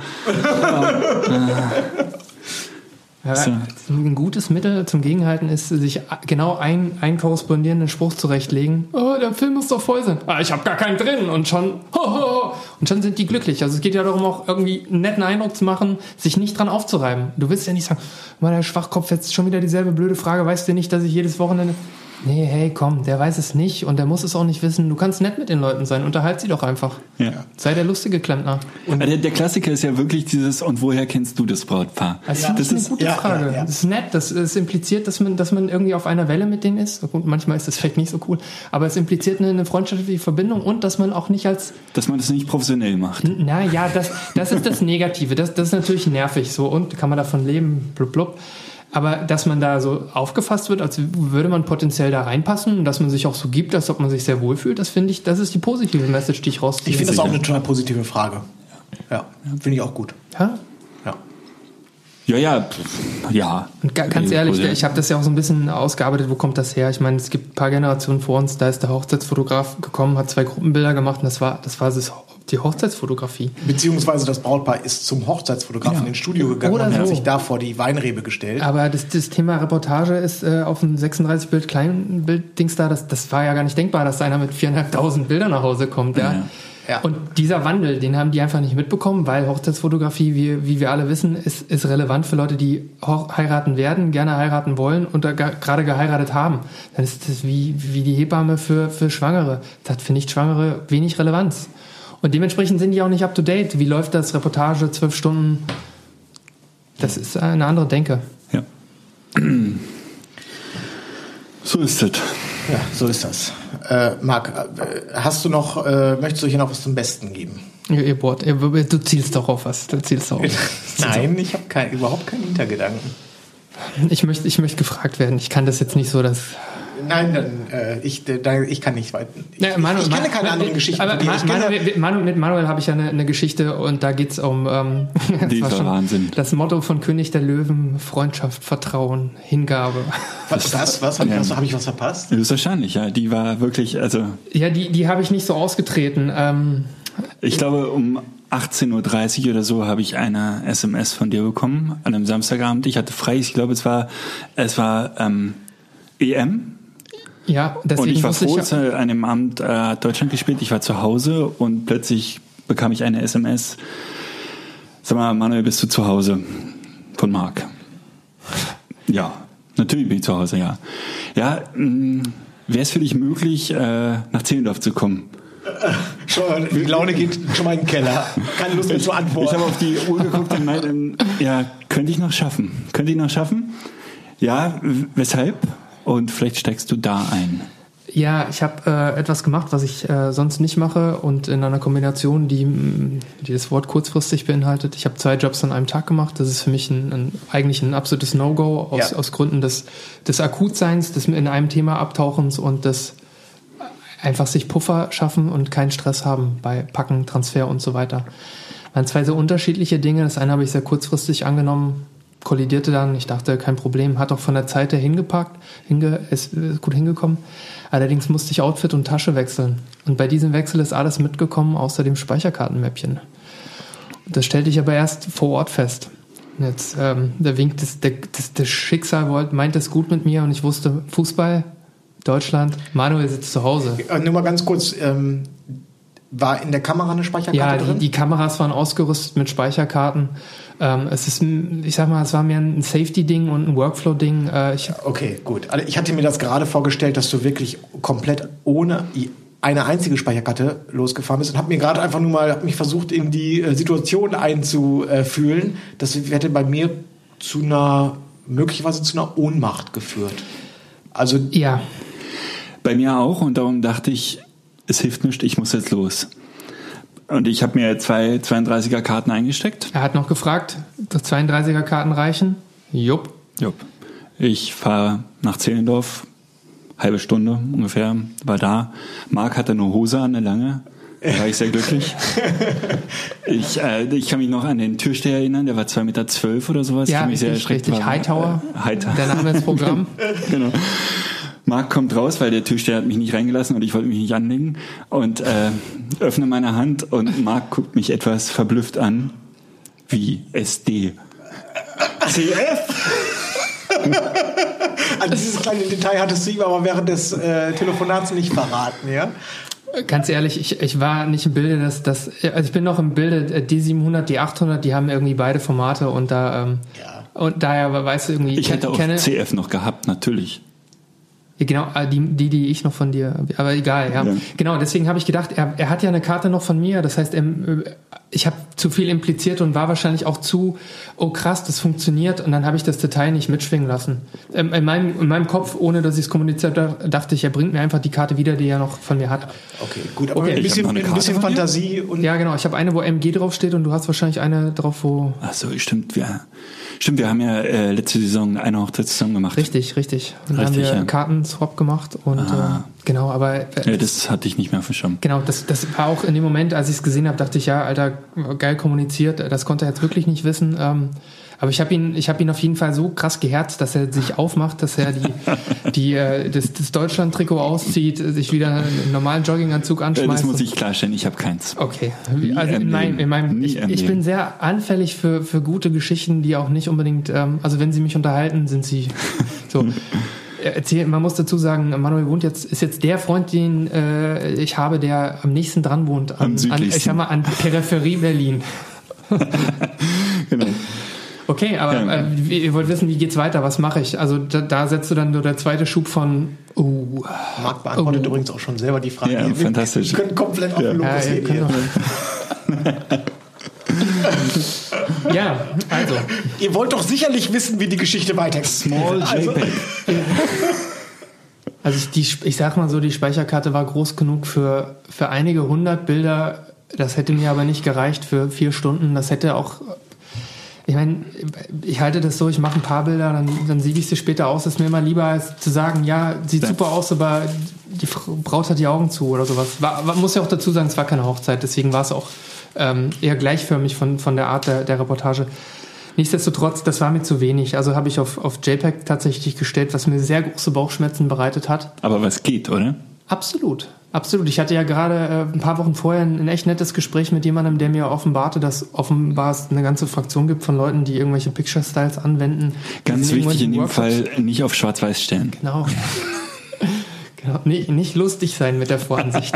Ja, so. Ein gutes Mittel zum Gegenhalten ist, sich genau einen, einen korrespondierenden Spruch zurechtlegen. Oh, der Film muss doch voll sein. Ah, ich habe gar keinen drin. Und schon, ho, ho, und schon sind die glücklich. Also es geht ja darum, auch irgendwie einen netten Eindruck zu machen, sich nicht dran aufzureiben. Du willst ja nicht sagen, mein Schwachkopf, jetzt schon wieder dieselbe blöde Frage. Weißt du nicht, dass ich jedes Wochenende... Nee, hey, komm, der weiß es nicht und der muss es auch nicht wissen. Du kannst nett mit den Leuten sein. Unterhalt sie doch einfach. Ja. Sei der lustige Klempner. Und der, der Klassiker ist ja wirklich dieses, und woher kennst du das Brautpaar? Also ja, das ist eine gute ja, Frage. Ja, ja. Das ist nett. Das, das impliziert, dass man, dass man irgendwie auf einer Welle mit denen ist. Und manchmal ist das vielleicht nicht so cool. Aber es impliziert eine, eine freundschaftliche Verbindung und dass man auch nicht als... Dass man das nicht professionell macht. Na ja, das, das ist das Negative. Das, das ist natürlich nervig. So, und kann man davon leben? Blub, blub. Aber dass man da so aufgefasst wird, als würde man potenziell da reinpassen und dass man sich auch so gibt, als ob man sich sehr wohlfühlt, das finde ich, das ist die positive Message, die ich rausziehe. Ich finde das auch eine total positive Frage. Ja, finde ich auch gut. Ja? Ja. Ja, ja, ja. Und ganz ehrlich, ich habe das ja auch so ein bisschen ausgearbeitet, wo kommt das her? Ich meine, es gibt ein paar Generationen vor uns, da ist der Hochzeitsfotograf gekommen, hat zwei Gruppenbilder gemacht und das war, das war das die Hochzeitsfotografie. Beziehungsweise das Brautpaar ist zum Hochzeitsfotografen ja. ins Studio gegangen Oder und so. hat sich da vor die Weinrebe gestellt. Aber das, das Thema Reportage ist äh, auf dem sechsunddreißig Bild Kleinbild-Dings da, das, das war ja gar nicht denkbar, dass einer mit viertausendfünfhundert Bildern nach Hause kommt. Ja. Ja. Ja. Und dieser Wandel, den haben die einfach nicht mitbekommen, weil Hochzeitsfotografie, wie, wie wir alle wissen, ist, ist relevant für Leute, die heiraten werden, gerne heiraten wollen und da gerade geheiratet haben. Dann ist das wie, wie die Hebamme für, für Schwangere. Das hat für Nicht-Schwangere wenig Relevanz. Und dementsprechend sind die auch nicht up-to-date. Wie läuft das? Reportage, zwölf Stunden? Das ist eine andere Denke. Ja. So ist das. Ja, so ist das. Äh, Marc, hast du noch, äh, möchtest du hier noch was zum Besten geben? Ihr, ihr bohrt, ihr, du zielst doch auf was. Du zielst doch auf. Nein, ich habe kein, überhaupt keinen Hintergedanken. Ich möchte, ich möchte gefragt werden. Ich kann das jetzt nicht so, dass... Nein, dann, äh, ich, da, ich kann nicht weiter. Ich, Ja, Manuel, ich kenne Manuel, keine anderen Geschichten. Aber von dir. Ich kenne, Manuel, Manuel, mit Manuel habe ich ja eine, eine Geschichte und da geht's um ähm, das Die war ist schon Wahnsinn. Das Motto von König der Löwen: Freundschaft, Vertrauen, Hingabe. was, was, was, hab ich, Ja. was, hab ich was verpasst? Das ist wahrscheinlich, ja. Die war wirklich, also Ja, die, die habe ich nicht so ausgetreten. Ähm, ich glaube um achtzehn Uhr dreißig oder so habe ich eine S M S von dir bekommen an einem Samstagabend. Ich hatte frei, ich glaube es war es war ähm, E M. ja, deswegen Und ich war wusste froh, ich, es an einem Abend äh, hat Deutschland gespielt. Ich war zu Hause und plötzlich bekam ich eine S M S. Sag mal, Manuel, bist du zu Hause? Von Marc. Ja, natürlich bin ich zu Hause, ja. Ja, wäre es für dich möglich, äh, nach Zehlendorf zu kommen? Schon, die Laune geht schon mal in den Keller. Keine Lust mehr zu antworten. Ich habe auf die Uhr geguckt und meinte, ja, könnte ich noch schaffen? Könnte ich noch schaffen? Ja, w- weshalb? Und vielleicht steigst du da ein. ja, ich habe äh, etwas gemacht, was ich äh, sonst nicht mache und in einer Kombination, die, m, die das Wort kurzfristig beinhaltet. Ich habe zwei Jobs an einem Tag gemacht. Das ist für mich ein, ein, eigentlich ein absolutes No-Go aus, Ja. aus Gründen des, des Akutseins, des in einem Thema Abtauchens und des einfach sich Puffer schaffen und keinen Stress haben bei Packen, Transfer und so weiter. Waren zwei so unterschiedliche Dinge. Das eine habe ich sehr kurzfristig angenommen, kollidierte dann. Ich dachte, kein Problem, hat auch von der Zeit her hingepackt, hinge, ist gut hingekommen. Allerdings musste ich Outfit und Tasche wechseln. Und bei diesem Wechsel ist alles mitgekommen, außer dem Speicherkartenmäppchen. Das stellte ich aber erst vor Ort fest. Und jetzt, ähm, der Wink des, der, des, des Schicksal wollte, meint es gut mit mir und ich wusste, Fußball, Deutschland, Manuel sitzt zu Hause. Äh, Nur mal ganz kurz, ähm, war in der Kamera eine Speicherkarte Ja, die, drin? die Kameras waren ausgerüstet mit Speicherkarten. Ähm, es ist, ein, ich sag mal, es war mehr ein Safety-Ding und ein Workflow-Ding. Äh, ich, Okay, gut. Also ich hatte mir das gerade vorgestellt, dass du wirklich komplett ohne i- eine einzige Speicherkarte losgefahren bist und habe mir gerade einfach nur mal hab mich versucht, in die äh, Situation einzufühlen. Das hätte bei mir zu einer, möglicherweise zu einer Ohnmacht geführt. Also, ja, Bei mir auch und darum dachte ich, es hilft nichts, ich muss jetzt los. Und ich habe mir zwei zweiunddreißiger Karten eingesteckt. er hat noch gefragt, dass zweiunddreißiger Karten reichen? Jupp. Jupp. Ich fahre nach Zehlendorf, halbe Stunde ungefähr, war da. Marc hatte eine Hose an, eine lange. Da war ich sehr glücklich. Ich, äh, ich kann mich noch an den Türsteher erinnern, der war zwei Meter zwölf oder sowas. ich Ja, habe mich sehr richtig, erschreckt. richtig. War, Hightower, Äh, Hightower. der Name ins Programm. Genau. Marc kommt raus, weil der Türsteher hat mich nicht reingelassen und ich wollte mich nicht anlegen. Und äh, öffne meine Hand und Marc guckt mich etwas verblüfft an. Wie S D. C F? also dieses kleine Detail hattest du ihm aber während des äh, Telefonats nicht verraten, ja? Ganz ehrlich, ich, ich war nicht im Bilde, dass das, also ich bin noch im Bilde, äh, D siebenhundert, D achthundert, die haben irgendwie beide Formate und da, ähm, Ja. und daher weißt du irgendwie, Ich hätte auch kenne, C F noch gehabt, natürlich. Ja, genau, äh, die, die, die ich noch von dir, aber egal, ja. Ja. Genau, deswegen habe ich gedacht, er, er hat ja eine Karte noch von mir, das heißt, er, ich habe zu viel impliziert und war wahrscheinlich auch zu, oh krass, das funktioniert und dann habe ich das Detail nicht mitschwingen lassen. Ähm, In meinem, in meinem Kopf, ohne dass ich es kommuniziert habe, dachte ich, er bringt mir einfach die Karte wieder, die er noch von mir hat. Okay, gut, aber Okay, ein ich bisschen, hab noch eine ein bisschen Karte von dir? Fantasie und Ja, genau, ich habe eine, wo M G draufsteht und du hast wahrscheinlich eine drauf, wo... Ach so, stimmt. Wir, stimmt, wir haben ja äh, letzte Saison eine Hochzeitssaison gemacht. Richtig, richtig. Und dann haben Richtig, wir ja. Kartenswap gemacht und Ah. äh, genau, aber... äh, Ja, das hatte ich nicht mehr auf dem Schirm. Genau, das, das war auch in dem Moment, als ich es gesehen habe, dachte ich, ja, Alter, geil kommuniziert, das konnte er jetzt wirklich nicht wissen. Ähm, aber ich habe ihn, ich habe ihn auf jeden Fall so krass geherzt, dass er sich aufmacht, dass er die, die, äh, das, das Deutschland-Trikot auszieht, sich wieder einen normalen Jogginganzug Äh, anschmeißt. Das muss und- ich klarstellen, ich habe keins. Okay, Nie also in im meinem, in meinem Leben. ich, Nie im ich bin Leben. sehr anfällig für, für gute Geschichten, die auch nicht unbedingt, ähm, also wenn sie mich unterhalten, sind sie so. Erzähl, man muss dazu sagen, Manuel wohnt jetzt, ist jetzt der Freund, den äh, ich habe, der am nächsten dran wohnt, Am an, an, südlichsten. ich sag mal, an Peripherie Berlin. Genau. Okay, aber Ja. äh, wie- ihr wollt wissen, wie geht's weiter? Was mache ich? Also da, da setzt du dann so der zweite Schub von, uh, Marc beantwortet Oh. übrigens auch schon selber die Frage. Ja, Wir- fantastisch. Wir können komplett auf Ja. den ja, Logos ihr reden. könnt hier. doch, ja, also. Ihr wollt doch sicherlich wissen, wie die Geschichte weitergeht. Small JPEG. Also ich, die, ich sag mal so, die Speicherkarte war groß genug für, für einige hundert Bilder Das hätte mir aber nicht gereicht für vier Stunden. Das hätte auch, ich meine, ich halte das so, ich mache ein paar Bilder, dann, dann siebe ich sie später aus. Das ist mir immer lieber, als zu sagen, ja, sieht super aus, aber die Braut hat die Augen zu oder sowas. War, man muss ja auch dazu sagen, es war keine Hochzeit, deswegen war es auch ähm, eher gleichförmig von, von der Art der, der Reportage. Nichtsdestotrotz, das war mir zu wenig. Also habe ich auf, auf JPEG tatsächlich gestellt, was mir sehr große Bauchschmerzen bereitet hat. Aber was geht, oder? Absolut, absolut. Ich hatte ja gerade äh, ein paar Wochen vorher ein, ein echt nettes Gespräch mit jemandem, der mir offenbarte, dass offenbar es eine ganze Fraktion gibt von Leuten, die irgendwelche Picture-Styles anwenden. Ganz wichtig in dem Fall, nicht auf Schwarz-Weiß stellen. Genau. genau. Nee, nicht lustig sein mit der Voransicht.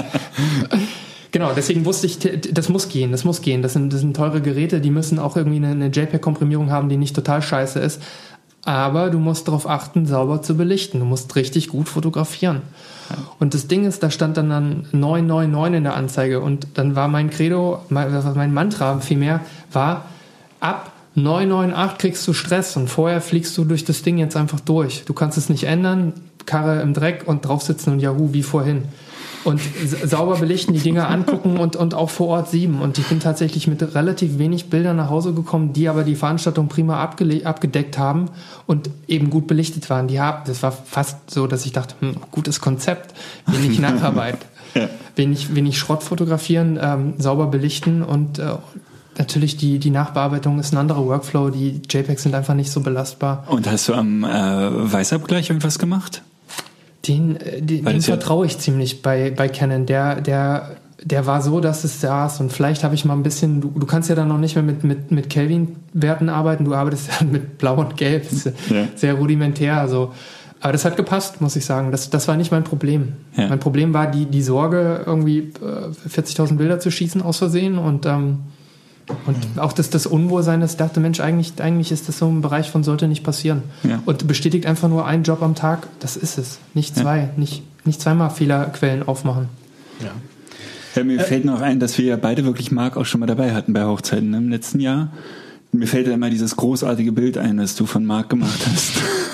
Genau, deswegen wusste ich, das muss gehen, das muss gehen. Das sind, das sind teure Geräte, die müssen auch irgendwie eine, eine JPEG-Komprimierung haben, die nicht total scheiße ist. Aber du musst darauf achten, sauber zu belichten. Du musst richtig gut fotografieren. Ja. Und das Ding ist, da stand dann, dann neun neun neun in der Anzeige. Und dann war mein Credo, mein, mein Mantra vielmehr, war, ab neun neun acht kriegst du Stress und vorher fliegst du durch das Ding jetzt einfach durch. Du kannst es nicht ändern, Karre im Dreck und drauf sitzen und Yahoo wie vorhin. Und sauber belichten, die Dinger angucken und, und auch vor Ort sieben. Und ich bin tatsächlich mit relativ wenig Bildern nach Hause gekommen, die aber die Veranstaltung prima abgele- abgedeckt haben und eben gut belichtet waren. Die haben, das war fast so, dass ich dachte, hm, gutes Konzept, wenig Nacharbeit, ja. wenig, wenig Schrott fotografieren, ähm, sauber belichten und äh, natürlich die, die Nachbearbeitung ist ein anderer Workflow. Die JPEGs sind einfach nicht so belastbar. Und hast du am äh, Weißabgleich irgendwas gemacht? Den, den, den vertraue ich ziemlich bei, bei Canon. Der, der, der war so, dass es saß und vielleicht habe ich mal ein bisschen, du, du kannst ja dann noch nicht mehr mit, mit, mit Kelvin-Werten arbeiten, du arbeitest ja mit Blau und Gelb, das ist ja. sehr rudimentär, also, aber das hat gepasst, muss ich sagen, das, das war nicht mein Problem. Ja. Mein Problem war die, die Sorge, irgendwie äh, vierzigtausend Bilder zu schießen aus Versehen und ähm, Und auch das, das Unwohlsein, das dachte, Mensch, eigentlich, eigentlich ist das so ein Bereich von sollte nicht passieren. Ja. Und bestätigt einfach nur einen Job am Tag, das ist es. Nicht zwei, ja. nicht, nicht zweimal Fehlerquellen aufmachen. Ja. Ja, mir äh, fällt noch ein, dass wir ja beide wirklich Marc auch schon mal dabei hatten bei Hochzeiten, ne, im letzten Jahr. Mir fällt ja immer dieses großartige Bild ein, das du von Marc gemacht hast.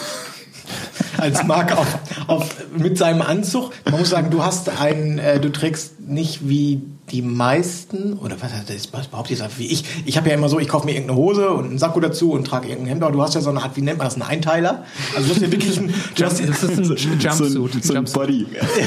Als Marc auf, auf, mit seinem Anzug. Man muss sagen, du hast einen, äh, du trägst nicht wie die meisten, oder was, was behaupte ich, wie ich, ich habe ja immer so, ich kaufe mir irgendeine Hose und einen Sakko dazu und trage irgendein Hemd, aber du hast ja so eine Art, wie nennt man das, einen Einteiler? Also du hast ja wirklich ein, du hast, das ist ein so, Jumpsuit. So, so ein Body.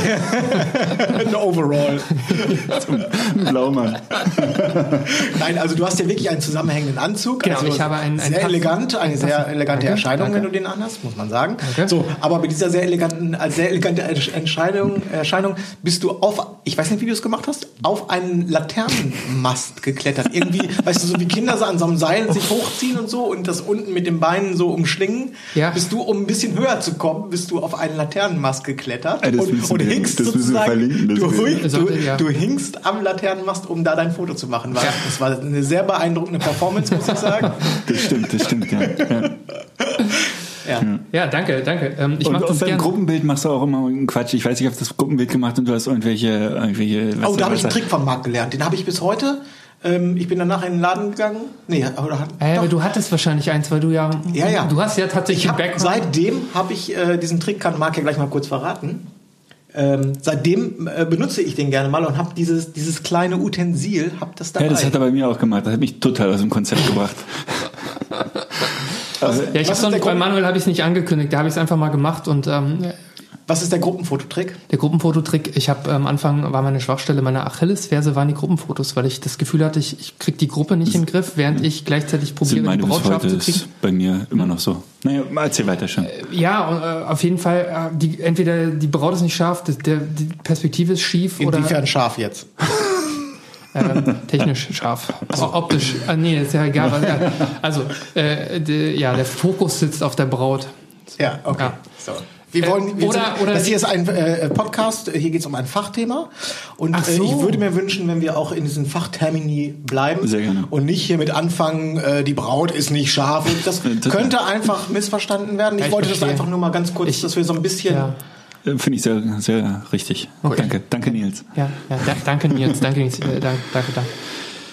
ein Overall. Ein Blaumann. Nein, also du hast ja wirklich einen zusammenhängenden Anzug. Genau, also ich habe einen, einen sehr Pass- elegant, eine sehr elegante danke, Erscheinung, danke. wenn du den anhast, muss man sagen. Danke. So, aber mit dieser sehr eleganten, als sehr elegante Entscheidung, Erscheinung bist du auf, ich weiß nicht, wie du es gemacht hast, auf einen Laternenmast geklettert. Irgendwie, weißt du, so wie Kinder so an so einem Seil sich hochziehen und so und das unten mit den Beinen so umschlingen. Ja. Bist du, um ein bisschen höher zu kommen, bist du auf einen Laternenmast geklettert ja, und, und hingst das sozusagen, das du, du, sollte, ja. du hingst am Laternenmast, um da dein Foto zu machen. Weil ja. Das war eine sehr beeindruckende Performance, muss ich sagen. Das stimmt, das stimmt, ja. ja. Ja. ja, danke, danke. Ähm, ich und mach das und beim gern. Gruppenbild machst du auch immer einen Quatsch. Ich weiß, ich habe das Gruppenbild gemacht und du hast irgendwelche... irgendwelche was oh, da habe ich einen was Trick von Marc gelernt. Den habe ich bis heute. Ähm, ich bin danach in den Laden gegangen. Nee, oder hat, äh, aber du hattest wahrscheinlich eins, weil du ja... Ja, ja. Du hast ja tatsächlich hab, seitdem habe ich äh, diesen Trick, kann Marc ja gleich mal kurz verraten. Ähm, seitdem äh, benutze ich den gerne mal und habe dieses, dieses kleine Utensil, hab das dabei. Ja, das hat er bei mir auch gemacht. Das hat mich total aus dem Konzept gebracht. Also, ja, ich hab's noch, bei Manuel habe ich es nicht angekündigt, da habe ich es einfach mal gemacht und ähm, was ist der Gruppenfototrick? Der Gruppenfototrick, ich habe am Anfang war meine Schwachstelle, meine Achillesferse waren die Gruppenfotos, weil ich das Gefühl hatte, ich, ich kriege die Gruppe nicht in den Griff, während ich gleichzeitig probiere, die Braut scharf zu kriegen. Ist bei mir immer noch so. Naja, erzähl weiter schon. Ja, und, äh, auf jeden Fall, äh, die, entweder die Braut ist nicht scharf, das, der, die Perspektive ist schief. Inwiefern oder Inwiefern scharf jetzt? Ähm, technisch scharf. Also optisch, äh, nee, ist ja egal. Was, ja, also, äh, de, ja, der Fokus sitzt auf der Braut. Ja, okay. Ja. So. Wir wollen, wir oder, sind, oder das hier ist ein äh, Podcast, hier geht es um ein Fachthema. Und so. äh, ich würde mir wünschen, wenn wir auch in diesen Fachtermini bleiben. Sehr gerne. Und nicht hier mit anfangen, äh, die Braut ist nicht scharf. Und das könnte einfach missverstanden werden. Ich, ich wollte verstehe. das einfach nur mal ganz kurz, ich, dass wir so ein bisschen... Ja. Finde ich sehr, sehr richtig. Okay. Danke, danke Nils. Ja, ja da, danke Nils, danke Nils, äh, danke, danke, danke.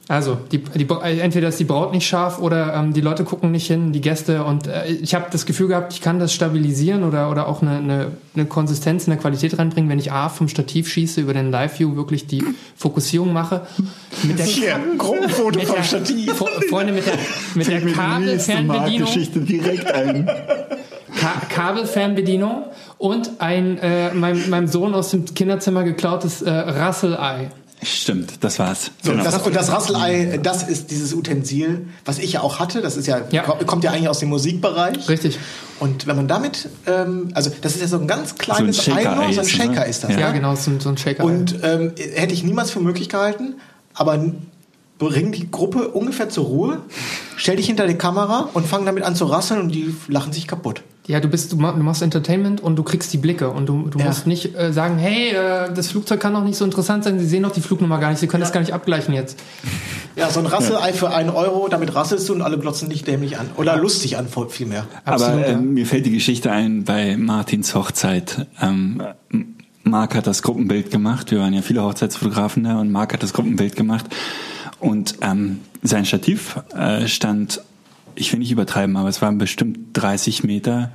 Also, die, die, entweder ist die Braut nicht scharf oder ähm, die Leute gucken nicht hin, die Gäste. Und äh, ich habe das Gefühl gehabt, ich kann das stabilisieren oder, oder auch eine, eine, eine Konsistenz in der Qualität reinbringen, wenn ich A, vom Stativ schieße, über den Live-View wirklich die Fokussierung mache. Mit der, Hier, ein Gruppenfoto vom Stativ. Freunde, mit der, mit der Kabelfernbedienung. Geschichte direkt ein. Ka- Kabelfernbedienung und ein äh, meinem, meinem Sohn aus dem Kinderzimmer geklautes äh, Rasselei. Stimmt, das war's. So, Genau. das, und das Rasselei, das ist dieses Utensil, was ich ja auch hatte. Das ist ja, Ja. kommt ja eigentlich aus dem Musikbereich. Richtig. Und wenn man damit, ähm, also das ist ja so ein ganz kleines So ein Shaker-Ei Ei, nur, so ein ist das, Shaker ne? ist das. Ja. Ja, ne? genau, so, ein- so ein Shaker. Und ähm, hätte ich niemals für möglich gehalten, aber bring die Gruppe ungefähr zur Ruhe, stell dich hinter die Kamera und fang damit an zu rasseln und die lachen sich kaputt. Ja, du bist, du ma- du machst Entertainment und du kriegst die Blicke und du, du Ja. musst nicht äh, sagen, hey, äh, das Flugzeug kann doch nicht so interessant sein, sie sehen doch die Flugnummer gar nicht, sie können das gar nicht abgleichen jetzt. Ja, so ein Rasselei für einen Euro, damit rasselst du und alle glotzen dich dämlich an. Oder lustig an, vielmehr. Absolut, Aber ja. ähm, mir fällt die Geschichte ein bei Martins Hochzeit. Ähm, Marc hat das Gruppenbild gemacht. Wir waren ja viele Hochzeitsfotografen da und Marc hat das Gruppenbild gemacht. Und ähm, sein Stativ äh, stand, ich will nicht übertreiben, aber es waren bestimmt dreißig Meter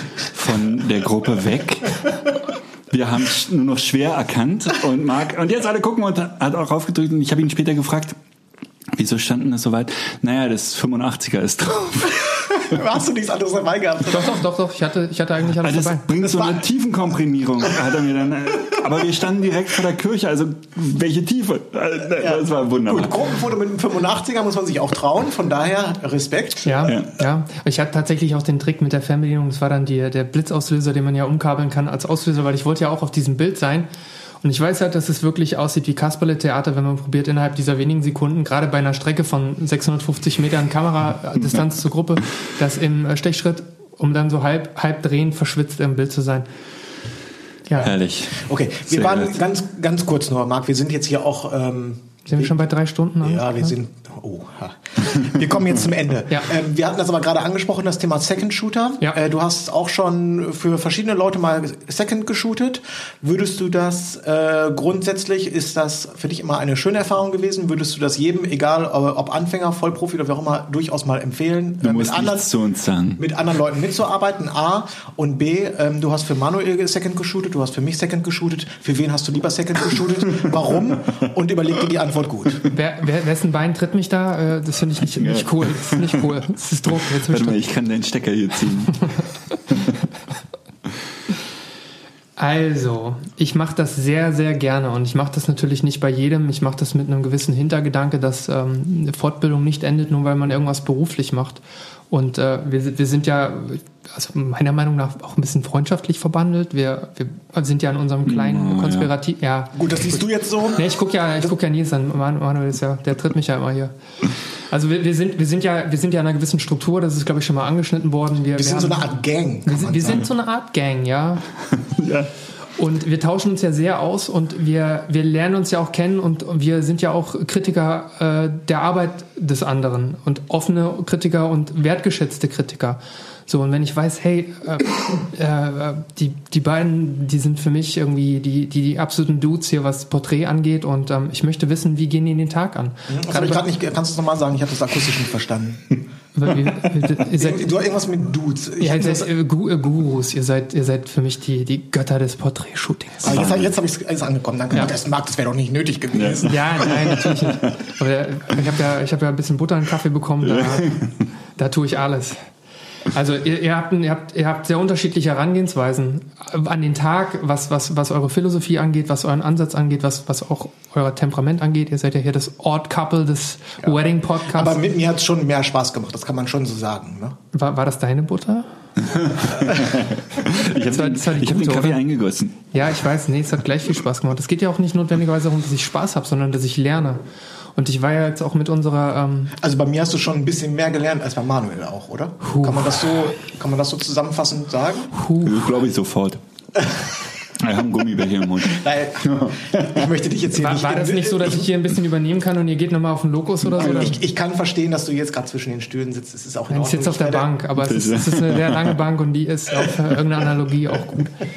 von der Gruppe weg. Wir haben es nur noch schwer erkannt und Marc, und jetzt alle gucken und hat auch raufgedrückt und ich habe ihn später gefragt, wieso standen das so weit? Naja, das fünfundachtziger ist drauf. Hast du nichts anderes dabei gehabt? Doch, doch, doch, doch, ich hatte, ich hatte eigentlich alles Das dabei. bringt Das so war- eine Tiefenkomprimierung, hat er mir dann. äh, Aber wir standen direkt vor der Kirche, also welche Tiefe? Äh, Das war wunderbar. Gut, Gruppenfoto mit einem fünfundachtziger muss man sich auch trauen, von daher Respekt. Ja, Ja. ja, Ich hatte tatsächlich auch den Trick mit der Fernbedienung, das war dann die, der Blitzauslöser, den man ja umkabeln kann als Auslöser, weil ich wollte ja auch auf diesem Bild sein. Und ich weiß halt, dass es wirklich aussieht wie Kasperle-Theater, wenn man probiert, innerhalb dieser wenigen Sekunden, gerade bei einer Strecke von sechshundertfünfzig Metern Kameradistanz zur Gruppe, das im äh, Stechschritt, um dann so halb, halb drehen, verschwitzt im Bild zu sein. Ja, Herrlich. Okay, wir Sehr waren gut. ganz, ganz kurz nur, Marc, wir sind jetzt hier auch... Ähm, sind wir schon bei drei Stunden? an? ja, wir sind... Oh, ha. Wir kommen jetzt zum Ende. Ja. Ähm, wir hatten das aber gerade angesprochen, das Thema Second Shooter. Ja. Äh, du hast auch schon für verschiedene Leute mal Second geshootet. Würdest du das äh, grundsätzlich, ist das für dich immer eine schöne Erfahrung gewesen? Würdest du das jedem, egal ob Anfänger, Vollprofi oder wie auch immer, durchaus mal empfehlen? Du äh, musst mit anderen, nichts zu uns sagen. mit anderen Leuten mitzuarbeiten, A. Und B, ähm, du hast für Manuel Second geshootet, du hast für mich Second geshootet. Für wen hast du lieber Second geshootet? Warum? Und überleg dir die Antwort gut. Wer, wer, wessen Bein tritt mich da? Äh, das finde ich nicht, nicht cool. Das ist nicht cool. Das ist Druck. Jetzt Warte mal, Druck. ich kann den Stecker hier ziehen. Also, ich mache das sehr, sehr gerne und ich mache das natürlich nicht bei jedem. Ich mache das mit einem gewissen Hintergedanke, dass ähm, eine Fortbildung nicht endet, nur weil man irgendwas beruflich macht. Und äh, wir, wir sind ja, also meiner Meinung nach, auch ein bisschen freundschaftlich verbandelt. Wir, wir sind ja in unserem kleinen Ja, Konspirativ... Ja. Gut, das siehst du jetzt so. Nee, ich gucke ja, ich guck ja Nils an. Man- Manuel ist ja, der tritt mich ja immer hier. Also wir, wir sind, wir sind ja, wir sind ja in einer gewissen Struktur. Das ist, glaube ich, schon mal angeschnitten worden. Wir, Wir sind so haben- eine Art Gang. wir, sind, wir sind so eine Art Gang, ja. Ja. Und wir tauschen uns ja sehr aus und wir, wir lernen uns ja auch kennen und wir sind ja auch Kritiker äh, der Arbeit des anderen und offene Kritiker und wertgeschätzte Kritiker. So, und wenn ich weiß, hey, äh, äh, die, die beiden, die sind für mich irgendwie die, die, die absoluten Dudes hier, was Porträt angeht und ähm, ich möchte wissen, wie gehen die in den Tag an? Das habe ich gerade nicht. Kannst du es nochmal sagen? Ich habe das akustisch nicht verstanden. Wie- wie- ihr seid, Du hast irgendwas mit Dudes. Ich ihr finde seid das- äh, Gu- äh, Gurus, ihr seid, ihr seid für mich die, die Götter des Porträtshootings. Ah, jetzt jetzt habe ich es angekommen. Danke. Ja. Das mag, das wäre doch nicht nötig gewesen. Ja, nein, natürlich nicht. Aber der, ich habe ja, ich hab ja ein bisschen Butter in den Kaffee bekommen, da, da tue ich alles. Also ihr, ihr, habt, ihr, habt, ihr habt sehr unterschiedliche Herangehensweisen an den Tag, was, was, was eure Philosophie angeht, was euren Ansatz angeht, was, was auch euer Temperament angeht. Ihr seid ja hier das Odd Couple des Wedding Podcasts. Aber mit mir hat es schon mehr Spaß gemacht. Das kann man schon so sagen. Ne? War, war das deine Butter? Ich habe Das war- den, das war die ich hab den gute, Kaffee oder? eingegossen. Ja, ich weiß, nee, es hat gleich viel Spaß gemacht. Es geht ja auch nicht notwendigerweise darum, dass ich Spaß habe, sondern dass ich lerne. Und ich war ja jetzt auch mit unserer... Ähm, Also bei mir hast du schon ein bisschen mehr gelernt als bei Manuel auch, oder? Puh. Kann man das so, kann man das so zusammenfassend sagen? Glaube ich sofort. Wir haben Gummibärchen im Mund. Weil ich möchte dich jetzt hier war, nicht. war das nicht so, dass ich hier ein bisschen übernehmen kann und ihr geht nochmal auf den Lokus oder so? Oder? Ich, ich kann verstehen, dass du jetzt gerade zwischen den Stühlen sitzt. Es ist auch in Ich Ordnung. sitze auf der Ich werde- Bank, aber es ist, es ist eine sehr lange Bank und die ist auf äh, irgendeine Analogie auch gut.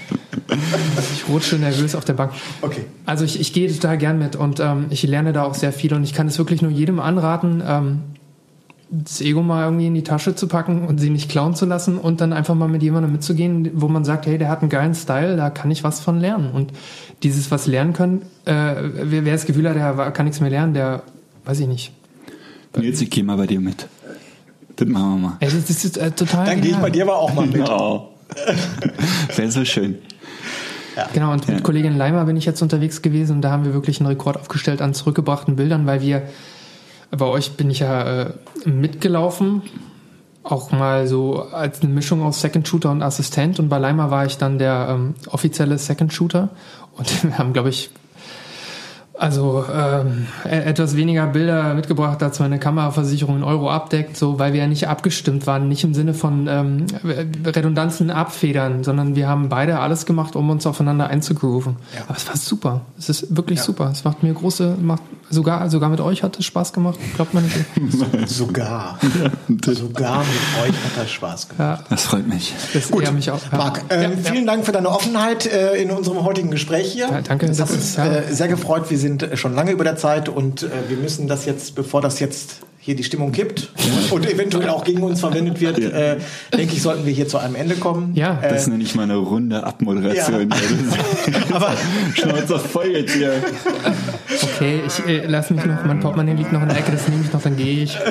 Ich rutsche nervös auf der Bank. Okay. Also ich, ich gehe total gern mit und ähm, ich lerne da auch sehr viel und ich kann es wirklich nur jedem anraten, ähm, das Ego mal irgendwie in die Tasche zu packen und sie nicht klauen zu lassen und dann einfach mal mit jemandem mitzugehen, wo man sagt, hey, der hat einen geilen Style, da kann ich was von lernen. Und dieses was lernen können, äh, wer, wer das Gefühl hat, der kann nichts mehr lernen, der, weiß ich nicht. Nils, ich gehe mal bei dir mit. Das machen wir mal. Ey, das, das ist äh, total Dann gehe ich bei dir aber auch mal mit. Oh. Wäre so schön. Ja. Genau, und mit ja. Kollegin Leimer bin ich jetzt unterwegs gewesen und da haben wir wirklich einen Rekord aufgestellt an zurückgebrachten Bildern, weil wir, bei euch bin ich ja äh, mitgelaufen, auch mal so als eine Mischung aus Second Shooter und Assistent und bei Leimer war ich dann der ähm, offizielle Second Shooter und wir haben, glaube ich, also ähm, etwas weniger Bilder mitgebracht, als meine Kameraversicherung in Euro abdeckt, so, weil wir ja nicht abgestimmt waren, nicht im Sinne von ähm, Redundanzen abfedern, sondern wir haben beide alles gemacht, um uns aufeinander einzugrooven. Ja. Aber es war super. Es ist wirklich ja. super. Es macht mir große, macht sogar sogar mit euch hat es Spaß gemacht. Glaubt man nicht? sogar. Ja. Sogar mit euch hat das Spaß gemacht. Ja. Das freut mich. Das Gut, mich auch. Ja. Marc, äh, ja, vielen Dank für deine Offenheit äh, in unserem heutigen Gespräch hier. Ja, danke. Das, das hat uns ist, ja. äh, sehr gefreut. Wir sind schon lange über der Zeit und äh, wir müssen das jetzt, bevor das jetzt hier die Stimmung kippt und eventuell auch gegen uns verwendet wird, ja. äh, denke ich, sollten wir hier zu einem Ende kommen. Ja. Das ist nämlich mal eine runde Abmoderation. Ja. Aber Schnauze doch voll jetzt hier. Okay, ich äh, lass mich noch, mein Portemonnaie liegt noch in der Ecke, das nehme ich noch, dann gehe ich.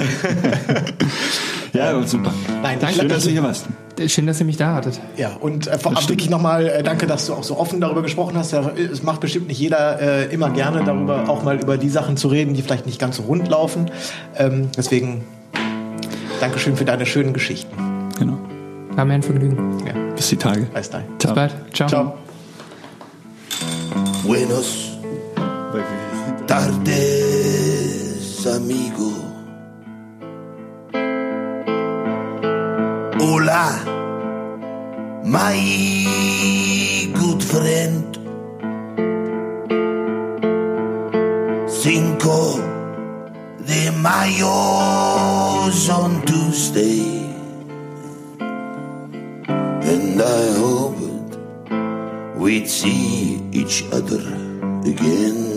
Ja, super. Nein, danke. Schön, dass du hier warst. Schön, dass ihr mich da hattet. Ja, und äh, vorab wirklich nochmal äh, danke, dass du auch so offen darüber gesprochen hast. Ja, es macht bestimmt nicht jeder äh, immer gerne darüber, auch mal über die Sachen zu reden, die vielleicht nicht ganz so rund laufen. Ähm, deswegen Dankeschön für deine schönen Geschichten. Genau. War mir ein Vergnügen. Ja. Bis die Tage. Bis dahin. Bis bald. Ciao. Ciao. Buenos tardes, amigo. Hola, my good friend. Cinco de Mayo's on Tuesday, and I hoped we'd see each other again.